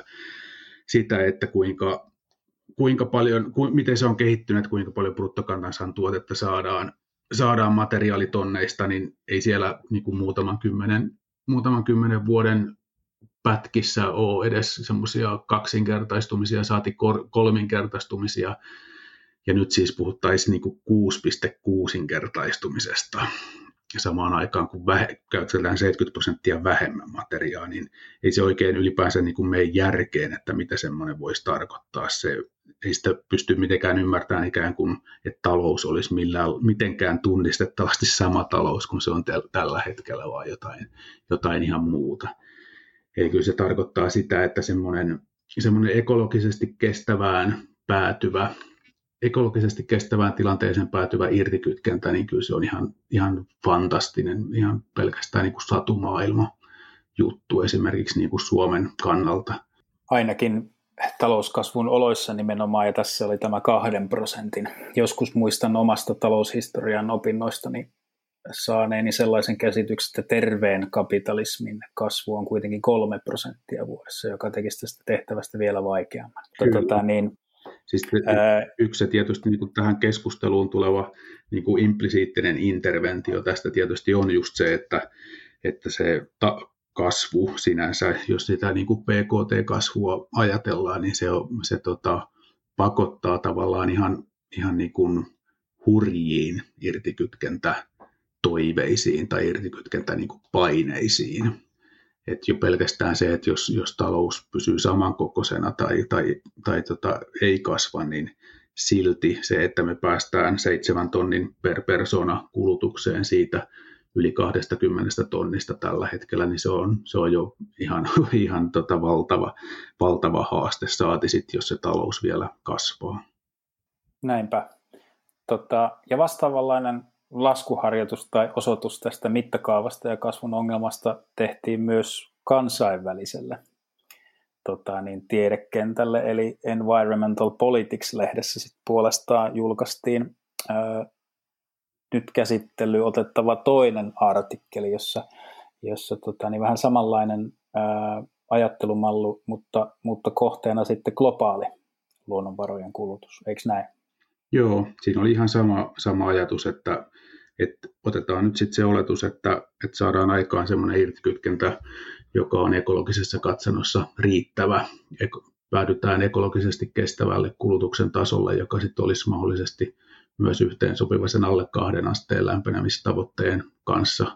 sitä että kuinka paljon, miten se on kehittynyt, kuinka paljon bruttokansantuotetta saadaan materiaalitonneista, niin ei siellä niin kuin muutaman kymmenen vuoden pätkissä ole edes semmoisia kaksinkertaistumisia, saati kolminkertaistumisia, ja nyt siis puhuttaisiin niin kuin 6,6-kertaistumisesta. Ja samaan aikaan, kun käytetään 70% vähemmän materiaa, niin ei se oikein ylipäänsä niin kuin mene järkeen, että mitä semmoinen voisi tarkoittaa. Ei sitä pysty mitenkään ymmärtämään ikään kuin, että talous olisi mitenkään tunnistettavasti sama talous kuin se on tällä hetkellä, vaan jotain ihan muuta. Eli kyllä se tarkoittaa sitä, että semmoinen ekologisesti kestävään päätyvä ekologisesti kestävään tilanteeseen päätyvä irtikytkentä, niin kyllä se on ihan fantastinen, ihan pelkästään niin kuin satumaailma juttu esimerkiksi niin kuin Suomen kannalta. Ainakin talouskasvun oloissa nimenomaan, ja tässä oli tämä 2%. Joskus muistan omasta taloushistorian opinnoistani saaneeni sellaisen käsityksen, että terveen kapitalismin kasvu on kuitenkin 3% vuodessa, joka tekisi tästä tehtävästä vielä vaikeamman. Siis yksi tietysti niin kuin tähän keskusteluun tuleva niin kuin implisiittinen interventio tästä tietysti on just se, että se kasvu sinänsä, jos sitä niin kuin PKT-kasvua ajatellaan, niin se pakottaa tavallaan ihan niin kuin hurjiin irtikytkentätoiveisiin tai irtikytkentä niin kuin paineisiin. Et jo pelkästään se, että jos talous pysyy samankokoisena tai ei kasva, niin silti se, että me päästään 7 tonnin per persona kulutukseen siitä yli 20 tonnista tällä hetkellä, niin se on jo ihan valtava haaste, saati sitten, jos se talous vielä kasvaa. Näinpä. Ja vastaavanlainen laskuharjoitus tai osoitus tästä mittakaavasta ja kasvun ongelmasta tehtiin myös kansainväliselle tiedekentälle, eli Environmental Politics-lehdessä sit puolestaan julkaistiin nyt käsittelyyn otettava toinen artikkeli, jossa vähän samanlainen ajattelumallu, mutta kohteena sitten globaali luonnonvarojen kulutus, eikö näin? Joo, siinä oli ihan sama ajatus, että otetaan nyt sitten se oletus, että saadaan aikaan semmoinen irtikytkentä, joka on ekologisessa katsannossa riittävä. Päädytään ekologisesti kestävälle kulutuksen tasolle, joka sitten olisi mahdollisesti myös yhteensopiva sen alle 2 asteen lämpenemistavoitteen kanssa.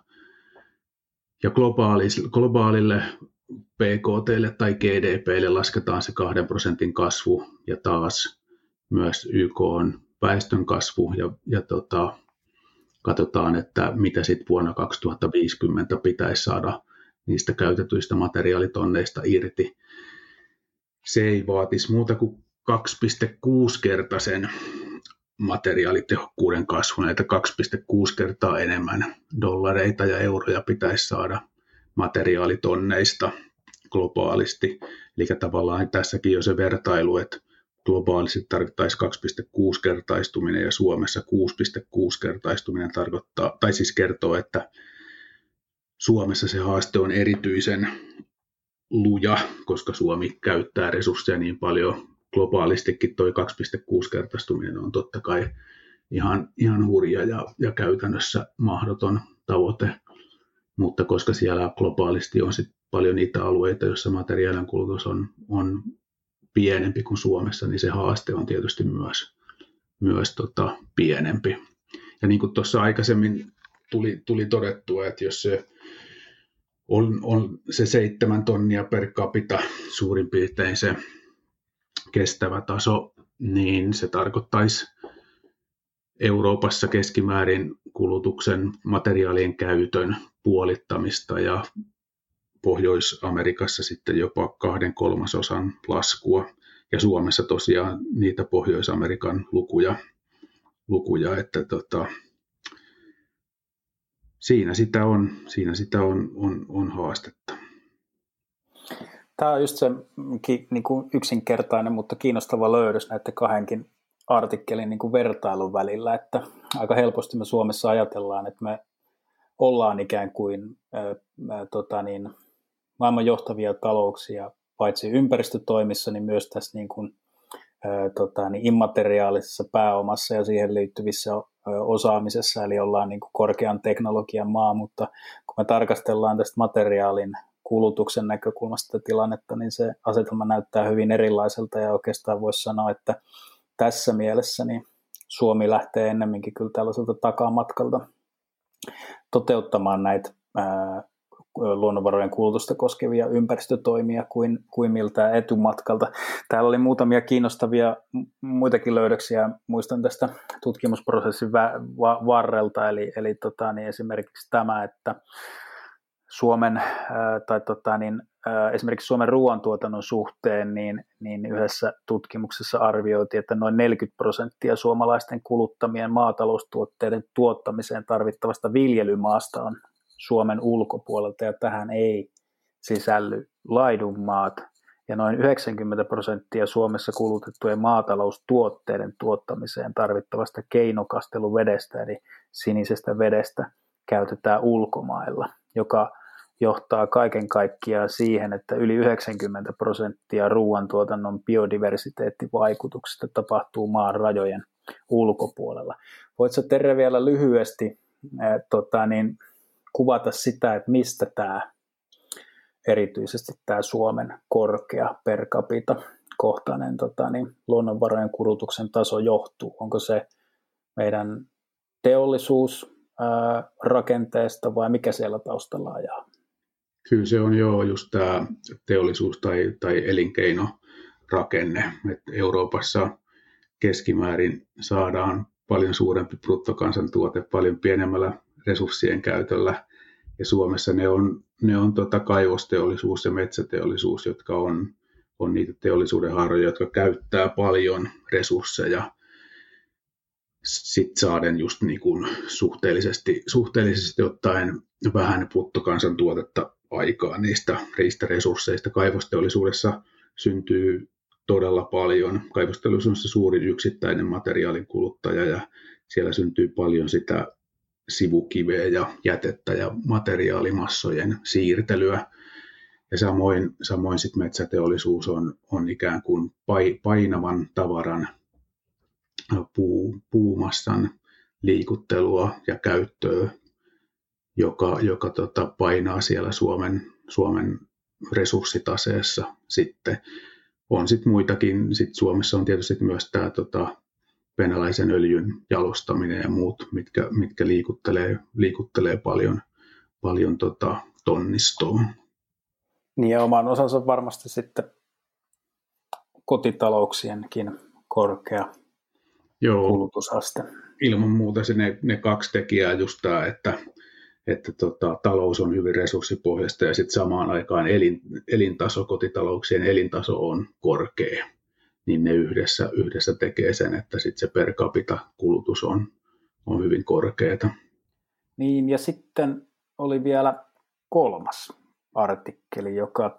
Ja globaalille PKT:lle tai GDP:lle lasketaan se 2% kasvu ja taas myös YK:n väestönkasvu ja katsotaan, että mitä sitten vuonna 2050 pitäisi saada niistä käytetyistä materiaalitonneista irti. Se ei vaatisi muuta kuin 2,6-kertaisen materiaalitehokkuuden kasvun, että 2,6 kertaa enemmän dollareita ja euroja pitäisi saada materiaalitonneista globaalisti. Eli tavallaan tässäkin jo se vertailu, että globaalisti tarkoittaisi 2,6-kertaistuminen ja Suomessa 6,6-kertaistuminen tarkoittaa, tai siis kertoo, että Suomessa se haaste on erityisen luja, koska Suomi käyttää resursseja niin paljon. Globaalistikin tuo 2,6-kertaistuminen on totta kai ihan hurja ja käytännössä mahdoton tavoite, mutta koska siellä globaalisti on sit paljon niitä alueita, joissa materiaalien kulutus on pienempi kuin Suomessa, niin se haaste on tietysti myös pienempi. Ja niin kuin tuossa aikaisemmin tuli todettua, että jos se on se 7 tonnia per capita suurin piirtein se kestävä taso, niin se tarkoittaisi Euroopassa keskimäärin kulutuksen materiaalien käytön puolittamista ja Pohjois-Amerikassa sitten jopa 2/3 laskua. Ja Suomessa tosiaan niitä Pohjois-Amerikan lukuja että siinä sitä on haastetta. Tämä on just se niin kuin yksinkertainen, mutta kiinnostava löydös näiden kahdenkin artikkelin niin kuin vertailun välillä, että aika helposti me Suomessa ajatellaan, että me ollaan ikään kuin maailman johtavia talouksia paitsi ympäristötoimissa, niin myös tässä niin kuin, immateriaalisessa pääomassa ja siihen liittyvissä osaamisessa, eli ollaan niin kuin korkean teknologian maa, mutta kun me tarkastellaan tästä materiaalin kulutuksen näkökulmasta tilannetta, niin se asetelma näyttää hyvin erilaiselta ja oikeastaan voisi sanoa, että tässä mielessä niin Suomi lähtee ennemminkin kyllä tällaiselta takamatkalta toteuttamaan näitä luonnonvarojen kulutusta koskevia ympäristötoimia kuin miltään etumatkalta. Täällä oli muutamia kiinnostavia muitakin löydöksiä, muistan tästä tutkimusprosessin varrelta, eli esimerkiksi tämä, että Suomen esimerkiksi Suomen ruoantuotannon suhteen, niin yhdessä tutkimuksessa arvioitiin, että noin 40% suomalaisten kuluttamien maataloustuotteiden tuottamiseen tarvittavasta viljelymaasta on Suomen ulkopuolelta, ja tähän ei sisälly laidunmaat, ja noin 90% Suomessa kulutettujen maataloustuotteiden tuottamiseen tarvittavasta keinokasteluvedestä, eli sinisestä vedestä, käytetään ulkomailla, joka johtaa kaiken kaikkiaan siihen, että yli 90% ruoantuotannon biodiversiteettivaikutuksista tapahtuu maan rajojen ulkopuolella. Voitko Terve vielä lyhyesti kuvata sitä, että mistä tämä erityisesti tämä Suomen korkea per capita kohtainen luonnonvarojen kulutuksen taso johtuu? Onko se meidän teollisuusrakenteesta vai mikä siellä taustalla ajaa? Kyllä se on just tämä teollisuus- tai elinkeinorakenne. että Euroopassa keskimäärin saadaan paljon suurempi bruttokansantuote paljon pienemmällä resurssien käytöllä. Ja Suomessa ne on kaivosteollisuus ja metsäteollisuus, jotka on niitä teollisuuden haaroja, jotka käyttää paljon resursseja. Sitten saaden just niin kuin suhteellisesti ottaen vähän bruttokansantuotetta aikaa niistä resursseista. Kaivosteollisuudessa syntyy todella paljon. Kaivosteollisuus on se suurin yksittäinen materiaalin kuluttaja ja siellä syntyy paljon sitä sivukiveä ja jätettä ja materiaalimassojen siirtelyä. Ja samoin sit metsäteollisuus on ikään kuin painavan tavaran puumassan liikuttelua ja käyttöä, joka painaa siellä Suomen resurssitaseessa sitten. On sitten muitakin, Suomessa on tietysti myös tämä venäläisen öljyn jalostaminen ja muut, mitkä liikuttelee paljon tonnistoa. Niin ja oman osansa varmasti sitten kotitalouksienkin korkea kulutusaste. Ilman muuta ne kaksi tekijää just tämä, että talous on hyvin resurssipohjaista ja sitten samaan aikaan elintaso, kotitalouksien elintaso on korkea, niin ne yhdessä tekee sen, että sitten se per capita kulutus on hyvin korkeata. Niin ja sitten oli vielä kolmas artikkeli, joka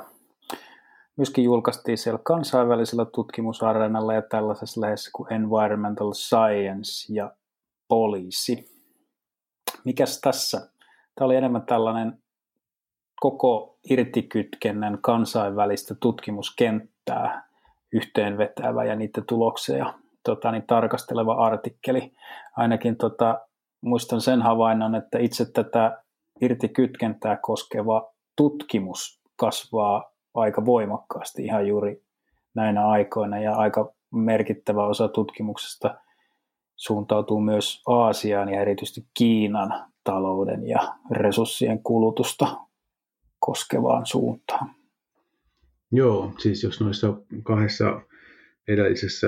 myöskin julkaistiin siellä kansainvälisellä tutkimusareenalla ja tällaisessa lehdessä kuin Environmental Science ja Policy. Mikäs tässä? Tämä oli enemmän tällainen koko irtikytkennän kansainvälistä tutkimuskenttää yhteenvetävä ja niiden tuloksia tarkasteleva artikkeli. Ainakin muistan sen havainnon, että itse tätä irtikytkentää koskeva tutkimus kasvaa aika voimakkaasti ihan juuri näinä aikoina ja aika merkittävä osa tutkimuksesta suuntautuu myös Aasiaan ja erityisesti Kiinan talouden ja resurssien kulutusta koskevaan suuntaan. Joo, siis jos noissa kahdessa edellisessä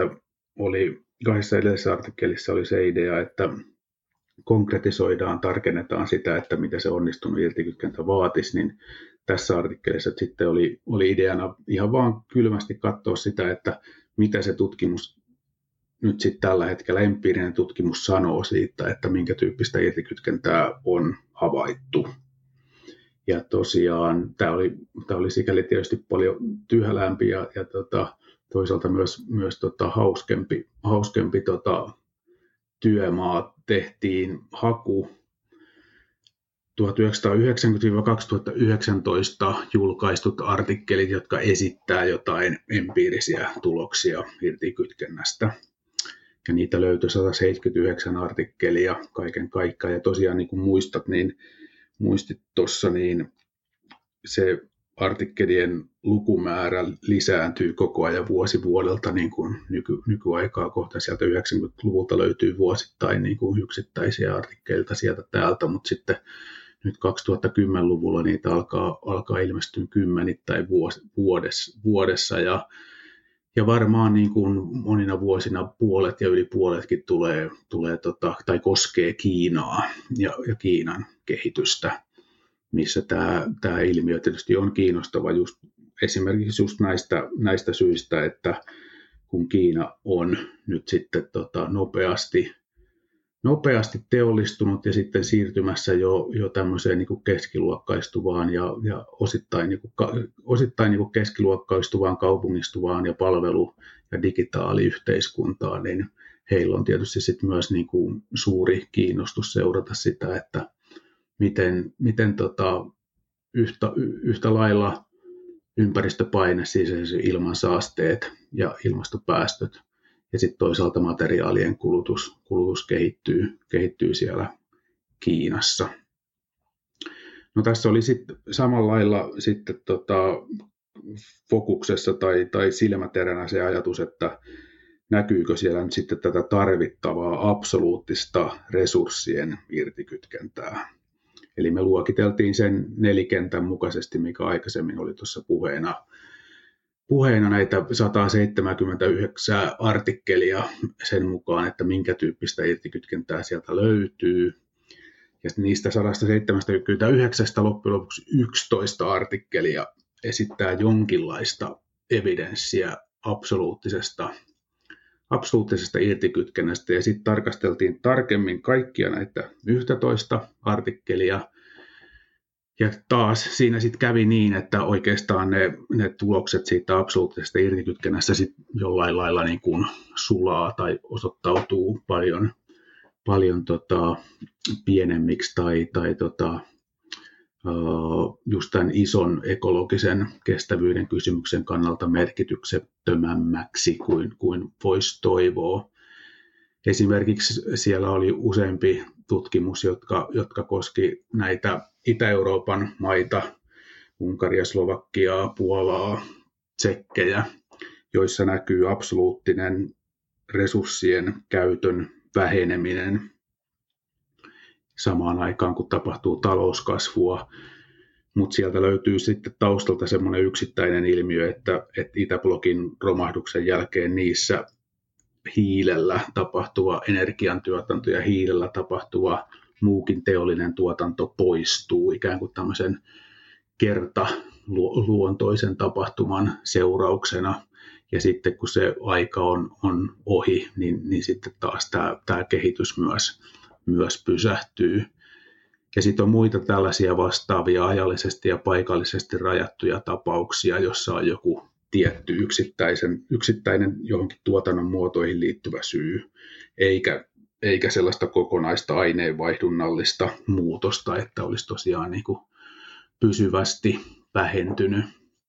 artikkelissa oli se idea, että konkretisoidaan, tarkennetaan sitä, että mitä se onnistunut irtikytkentä vaatisi, niin tässä artikkelissa sitten oli ideana ihan vaan kylmästi katsoa sitä, että mitä se tutkimus nyt sitten tällä hetkellä, empiirinen tutkimus sanoo siitä, että minkä tyyppistä irtikytkentää on havaittu. Ja tosiaan tämä oli sikäli tietysti paljon tyhälämpi ja toisaalta myös hauskempi työmaa. Tehtiin haku 1990-2019 julkaistut artikkelit, jotka esittää jotain empiirisiä tuloksia irtikytkennästä. Ja niitä löytyi 179 artikkelia kaiken kaikkiaan. Ja tosiaan niin kuin muistit tuossa, niin se artikkelien lukumäärä lisääntyy koko ajan vuosi vuodelta, niin kuin nykyaikaa kohta sieltä 90-luvulta löytyy vuosittain niin kuin yksittäisiä artikkeleita sieltä täältä, mutta sitten nyt 2010-luvulla niitä alkaa ilmestyä kymmenittäin vuodessa ja varmaan niin kuin monina vuosina puolet ja yli puoletkin tulee tai koskee Kiinaa ja Kiinan kehitystä. missä tämä ilmiö tietysti on kiinnostava esimerkiksi just näistä syistä, että kun Kiina on nyt sitten nopeasti teollistunut ja sitten siirtymässä jo tämmöiseen niin kuin keskiluokkaistuvaan ja osittain niin kuin keskiluokkaistuvaan, kaupungistuvaan ja palvelu- ja digitaaliyhteiskuntaan, niin heillä on tietysti sitten myös niin kuin suuri kiinnostus seurata sitä, että miten yhtä lailla ympäristöpaine, siis ilmansaasteet ja ilmastopäästöt, ja sitten toisaalta materiaalien kulutus kehittyy siellä Kiinassa. No tässä oli sitten samalla lailla sitten fokuksessa tai silmäteränä se ajatus, että näkyykö siellä nyt sitten tätä tarvittavaa absoluuttista resurssien irtikytkentää. Eli me luokiteltiin sen nelikentän mukaisesti, mikä aikaisemmin oli tuossa puheena näitä 179 artikkelia sen mukaan, että minkä tyyppistä irtikytkentää sieltä löytyy. Ja niistä 179 loppujen lopuksi 11 artikkelia esittää jonkinlaista evidenssiä absoluuttisesta irtikytkennästä. Ja sitten tarkasteltiin tarkemmin kaikkia näitä 11 artikkelia. Ja taas siinä sitten kävi niin, että oikeastaan ne tulokset siitä absoluuttisesta irtikytkennästä sitten jollain lailla niin kuin sulaa tai osoittautuu paljon pienemmiksi tai just tämän ison ekologisen kestävyyden kysymyksen kannalta merkityksettömämmäksi kuin voisi toivoa. Esimerkiksi siellä oli useampi tutkimus, jotka koski näitä Itä-Euroopan maita, Unkaria, Slovakiaa, Puolaa, Tsekkejä, joissa näkyy absoluuttinen resurssien käytön väheneminen samaan aikaan, kun tapahtuu talouskasvua. Mutta sieltä löytyy sitten taustalta semmoinen yksittäinen ilmiö, että Itäblokin romahduksen jälkeen niissä hiilellä tapahtuva energiantuotanto ja hiilellä tapahtuva muukin teollinen tuotanto poistuu ikään kuin tämmöisen kertaluontoisen tapahtuman seurauksena. Ja sitten kun se aika on ohi, niin sitten taas tämä kehitys myös pysähtyy. Ja sitten on muita tällaisia vastaavia ajallisesti ja paikallisesti rajattuja tapauksia, jossa on joku tietty yksittäinen johonkin tuotannon muotoihin liittyvä syy, eikä sellaista kokonaista aineenvaihdunnallista muutosta, että olisi tosiaan niin kuin pysyvästi vähentynyt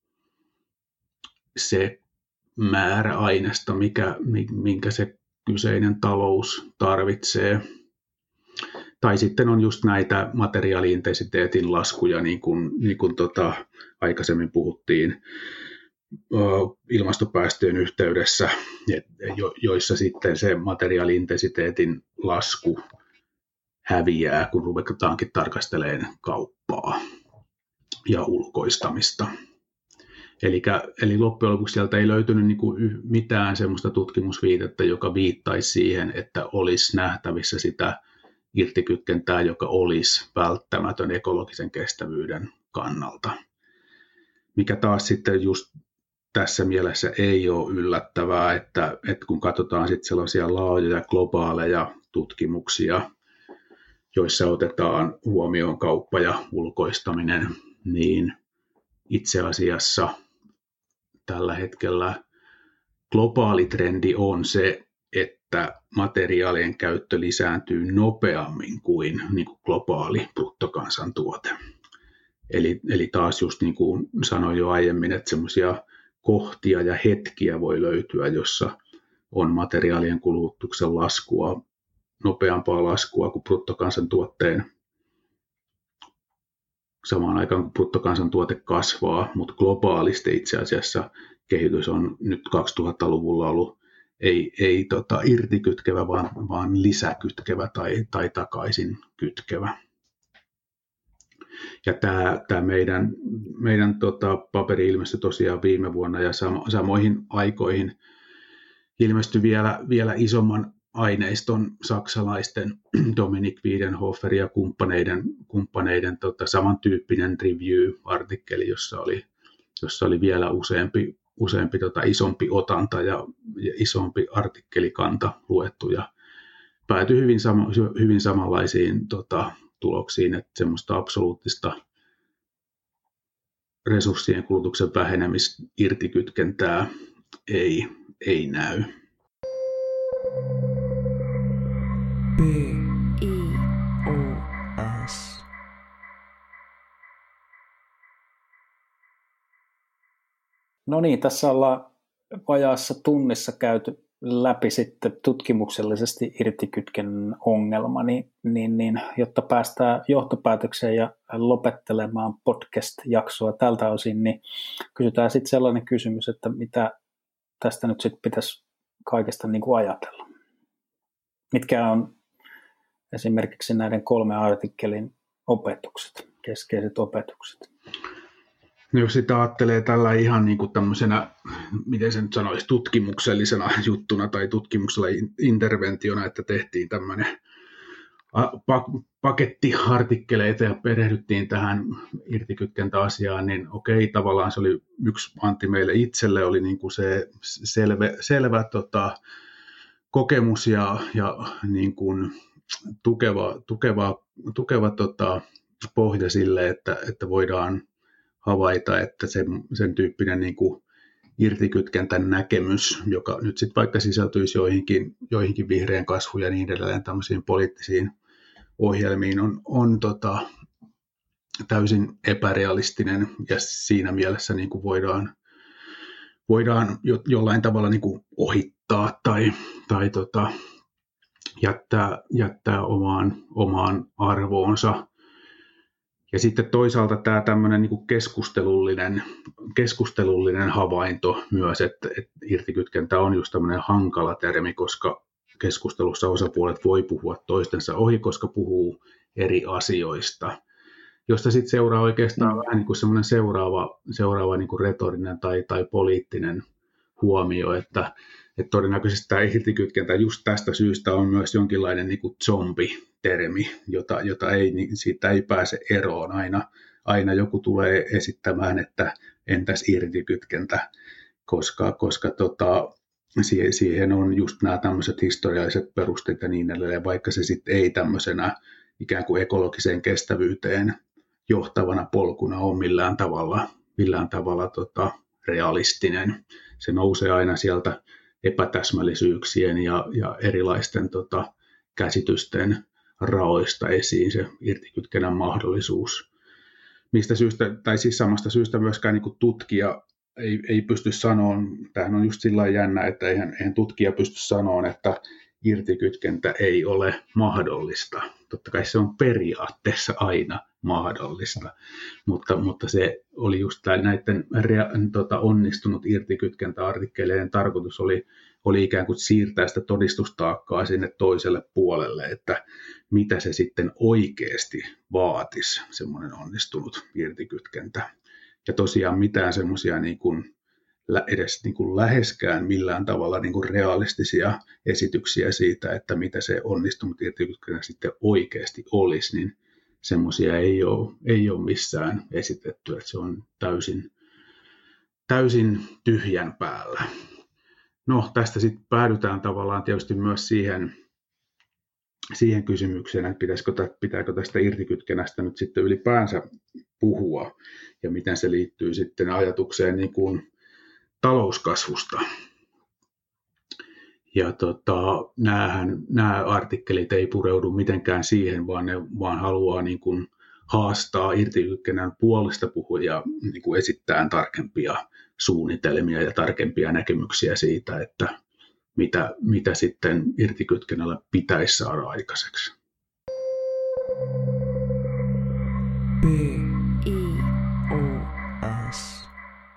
se määrä aineesta, minkä se kyseinen talous tarvitsee. Tai sitten on just näitä materiaali-intensiteetin laskuja, niin kuin aikaisemmin puhuttiin ilmastopäästöjen yhteydessä, joissa sitten se materiaali-intensiteetin lasku häviää, kun ruvetaankin tarkastelemaan kauppaa ja ulkoistamista. Eli loppujen lopuksi sieltä ei löytynyt niin kuin mitään sellaista tutkimusviitettä, joka viittaisi siihen, että olisi nähtävissä sitä irtikytkentää, joka olisi välttämätön ekologisen kestävyyden kannalta. Mikä taas sitten just tässä mielessä ei ole yllättävää, että kun katsotaan sitten sellaisia laajoja globaaleja tutkimuksia, joissa otetaan huomioon kauppa ja ulkoistaminen, niin itse asiassa tällä hetkellä globaali trendi on se, että materiaalien käyttö lisääntyy nopeammin kuin globaali bruttokansantuote. Eli taas just niin kuin sanoin jo aiemmin, että semmoisia kohtia ja hetkiä voi löytyä, jossa on materiaalien kulutuksen laskua, nopeampaa laskua kuin bruttokansantuotteen samaan aikaan kun bruttokansantuote kasvaa, mutta globaalisti itse asiassa kehitys on nyt 2000-luvulla ollut ei irtikytkevä, vaan lisäkytkevä tai takaisin kytkevä. Ja tämä meidän paperi ilmestyi tosiaan viime vuonna ja samoihin aikoihin ilmestyi vielä isomman aineiston saksalaisten Dominik Wiedenhofer ja kumppaneiden samantyyppinen review-artikkeli, jossa oli vielä useampi isompi otanta ja isompi artikkelikanta luettu ja päätyi hyvin samanlaisiin tuloksiin, että semmoista absoluuttista resurssien kulutuksen vähenemistä irtikytkentää ei näy. BIOS. No niin, tässä ollaan vajaassa tunnissa käyty läpi sitten tutkimuksellisesti irtikytken ongelma, niin jotta päästään johtopäätökseen ja lopettelemaan podcast-jaksoa tältä osin, niin kysytään sitten sellainen kysymys, että mitä tästä nyt sitten pitäisi kaikesta niin kuin ajatella. Mitkä on esimerkiksi näiden 3 artikkelin opetukset, keskeiset opetukset? No jos sitä ajattelee tällä ihan niin kuin tämmöisenä, miten se nyt sanoisi, tutkimuksellisena juttuna tai tutkimuksella interventiona, että tehtiin tämmöinen paketti artikkeleita ja perehdyttiin tähän irtikytkentäasiaan, niin okei, tavallaan se oli yksi anti meille itselle, oli niin kuin se selvä kokemus ja niin kuin tukeva pohja sille, että voidaan havaita, että sen tyyppinen niin kuin irtikytkentän näkemys, joka nyt sitten vaikka sisältyisi joihinkin vihreän kasvuun ja niin edelleen tämmöisiin poliittisiin ohjelmiin, on täysin epärealistinen ja siinä mielessä niin kuin voidaan jollain tavalla niin kuin ohittaa tai jättää omaan arvoonsa. Ja sitten toisaalta tämä tämmöinen niin kuin keskustelullinen havainto myös, että irtikytkentä on just tämmöinen hankala termi, koska keskustelussa osapuolet voi puhua toistensa ohi, koska puhuu eri asioista, josta sitten seuraa oikeastaan vähän niin kuin semmoinen seuraava niin kuin retorinen tai poliittinen huomio, että todennäköisesti tämä irtikytkentä just tästä syystä on myös jonkinlainen niin kuin zombitermi, siitä ei pääse eroon. Aina joku tulee esittämään, että entäs irtikytkentä, koska siihen on just nämä tämmöiset historialliset perusteet ja niin edelleen, vaikka se sitten ei tämmöisenä ikään kuin ekologiseen kestävyyteen johtavana polkuna ole millään tavalla realistinen. Se nousee aina sieltä epätäsmällisyyksien ja erilaisten käsitysten raoista esiin se irtikytkennän mahdollisuus. Mistä syystä, tai siis samasta syystä myöskään niin kuin tutkija ei pysty sanoa, tämähän on just sillä lailla jännä, että eihän tutkija pysty sanoa, että irtikytkentä ei ole mahdollista. Totta kai se on periaatteessa aina mahdollista, mutta se oli just näiden onnistunut irtikytkentäartikkeleiden tarkoitus oli ikään kuin siirtää sitä todistustaakkaa sinne toiselle puolelle, että mitä se sitten oikeasti vaatisi, semmoinen onnistunut irtikytkentä. Ja tosiaan mitään semmoisia niin kuin edes niin kuin läheskään millään tavalla niin kuin realistisia esityksiä siitä, että mitä se onnistunut irtikytkentä sitten oikeasti olisi, niin semmoisia ei ole missään esitetty, että se on täysin tyhjän päällä. No, tästä sitten päädytään tavallaan tietysti myös siihen kysymykseen, että pitääkö tästä irtikytkennästä nyt sitten ylipäänsä puhua, ja miten se liittyy sitten ajatukseen niin kuin talouskasvusta. Ja nämä artikkelit ei pureudu mitenkään siihen, vaan ne vaan haluaa niin kuin haastaa irtikytkennän puolesta puhujia niin kuin esittää tarkempia suunnitelmia ja tarkempia näkemyksiä siitä, että mitä sitten irtikytkennällä pitäisi saada aikaiseksi. BIOS.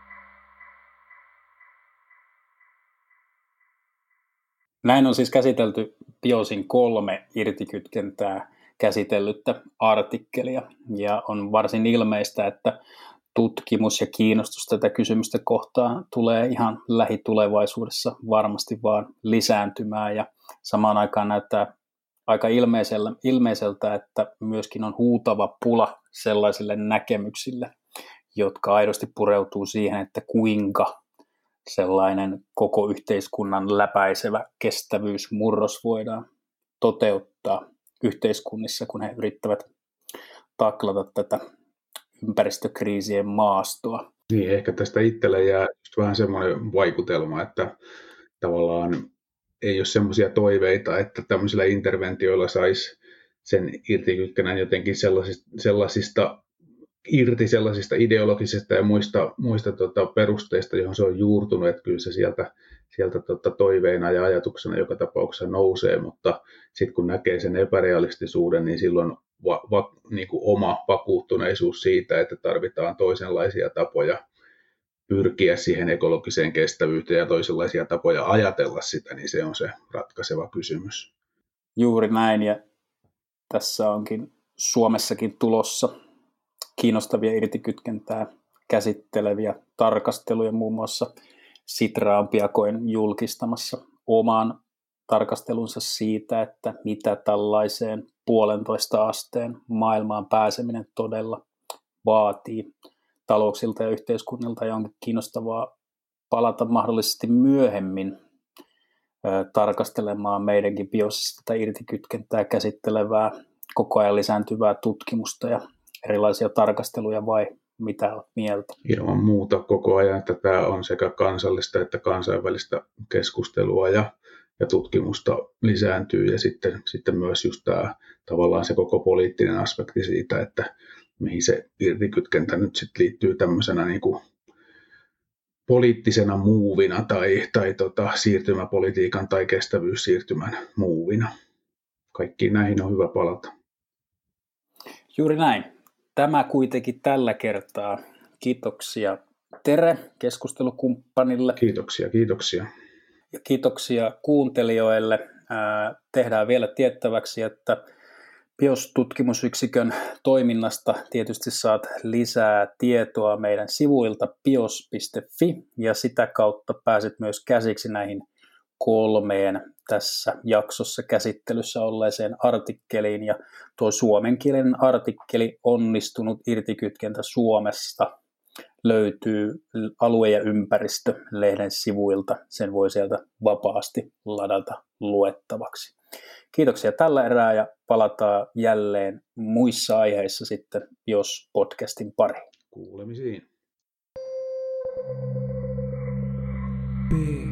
Näin on siis käsitelty BIOSin 3 irtikytkentää käsitellyttä artikkelia, ja on varsin ilmeistä, että tutkimus ja kiinnostus tätä kysymystä kohtaan tulee ihan lähitulevaisuudessa varmasti vaan lisääntymään, ja samaan aikaan näyttää aika ilmeiseltä, että myöskin on huutava pula sellaisille näkemyksille, jotka aidosti pureutuu siihen, että kuinka sellainen koko yhteiskunnan läpäisevä kestävyysmurros voidaan toteuttaa yhteiskunnissa, kun he yrittävät taklata tätä ympäristökriisien maastoa. Niin, ehkä tästä itselle jää just vähän semmoinen vaikutelma, että tavallaan ei ole semmoisia toiveita, että tämmöisillä interventioilla saisi sen irtikytkennän jotenkin sellaisista ideologisista ja muista perusteista, johon se on juurtunut, että kyllä se sieltä toiveina ja ajatuksena joka tapauksessa nousee, mutta sitten kun näkee sen epärealistisuuden, niin silloin niin kuin oma vakuuttuneisuus siitä, että tarvitaan toisenlaisia tapoja pyrkiä siihen ekologiseen kestävyyteen ja toisenlaisia tapoja ajatella sitä, niin se on se ratkaiseva kysymys. Juuri näin, ja tässä onkin Suomessakin tulossa kiinnostavia irtikytkentää käsitteleviä tarkasteluja, muun muassa Sitra on piakoin julkistamassa oman tarkastelunsa siitä, että mitä tällaiseen 1,5 asteen maailmaan pääseminen todella vaatii talouksilta ja yhteiskunnilta, ja onkin kiinnostavaa palata mahdollisesti myöhemmin tarkastelemaan meidänkin biosista tai irtikytkentää käsittelevää koko ajan lisääntyvää tutkimusta ja erilaisia tarkasteluja, vai mitä olet mieltä? Ilman muuta koko ajan, että tämä on sekä kansallista että kansainvälistä keskustelua ja tutkimusta lisääntyy, ja sitten myös just tämä tavallaan se koko poliittinen aspekti siitä, että mihin se irtikytkentä nyt sitten liittyy tämmöisenä niin kuin poliittisena muuvina tai siirtymäpolitiikan tai kestävyyssiirtymän muuvina. Kaikkiin näihin on hyvä palata. Juuri näin. Tämä kuitenkin tällä kertaa. Kiitoksia Tere keskustelukumppanille. Kiitoksia. Ja kiitoksia kuuntelijoille. Tehdään vielä tiettäväksi, että BIOS-tutkimusyksikön toiminnasta tietysti saat lisää tietoa meidän sivuilta bios.fi, ja sitä kautta pääset myös käsiksi näihin 3 tässä jaksossa käsittelyssä olleeseen artikkeliin, ja tuo suomenkielinen artikkeli Onnistunut irtikytkentä Suomesta löytyy Alue ja ympäristö-lehden sivuilta. Sen voi sieltä vapaasti ladata luettavaksi. Kiitoksia tällä erää, ja palataan jälleen muissa aiheissa sitten BIOS-podcastin pariin. Kuulemisiin.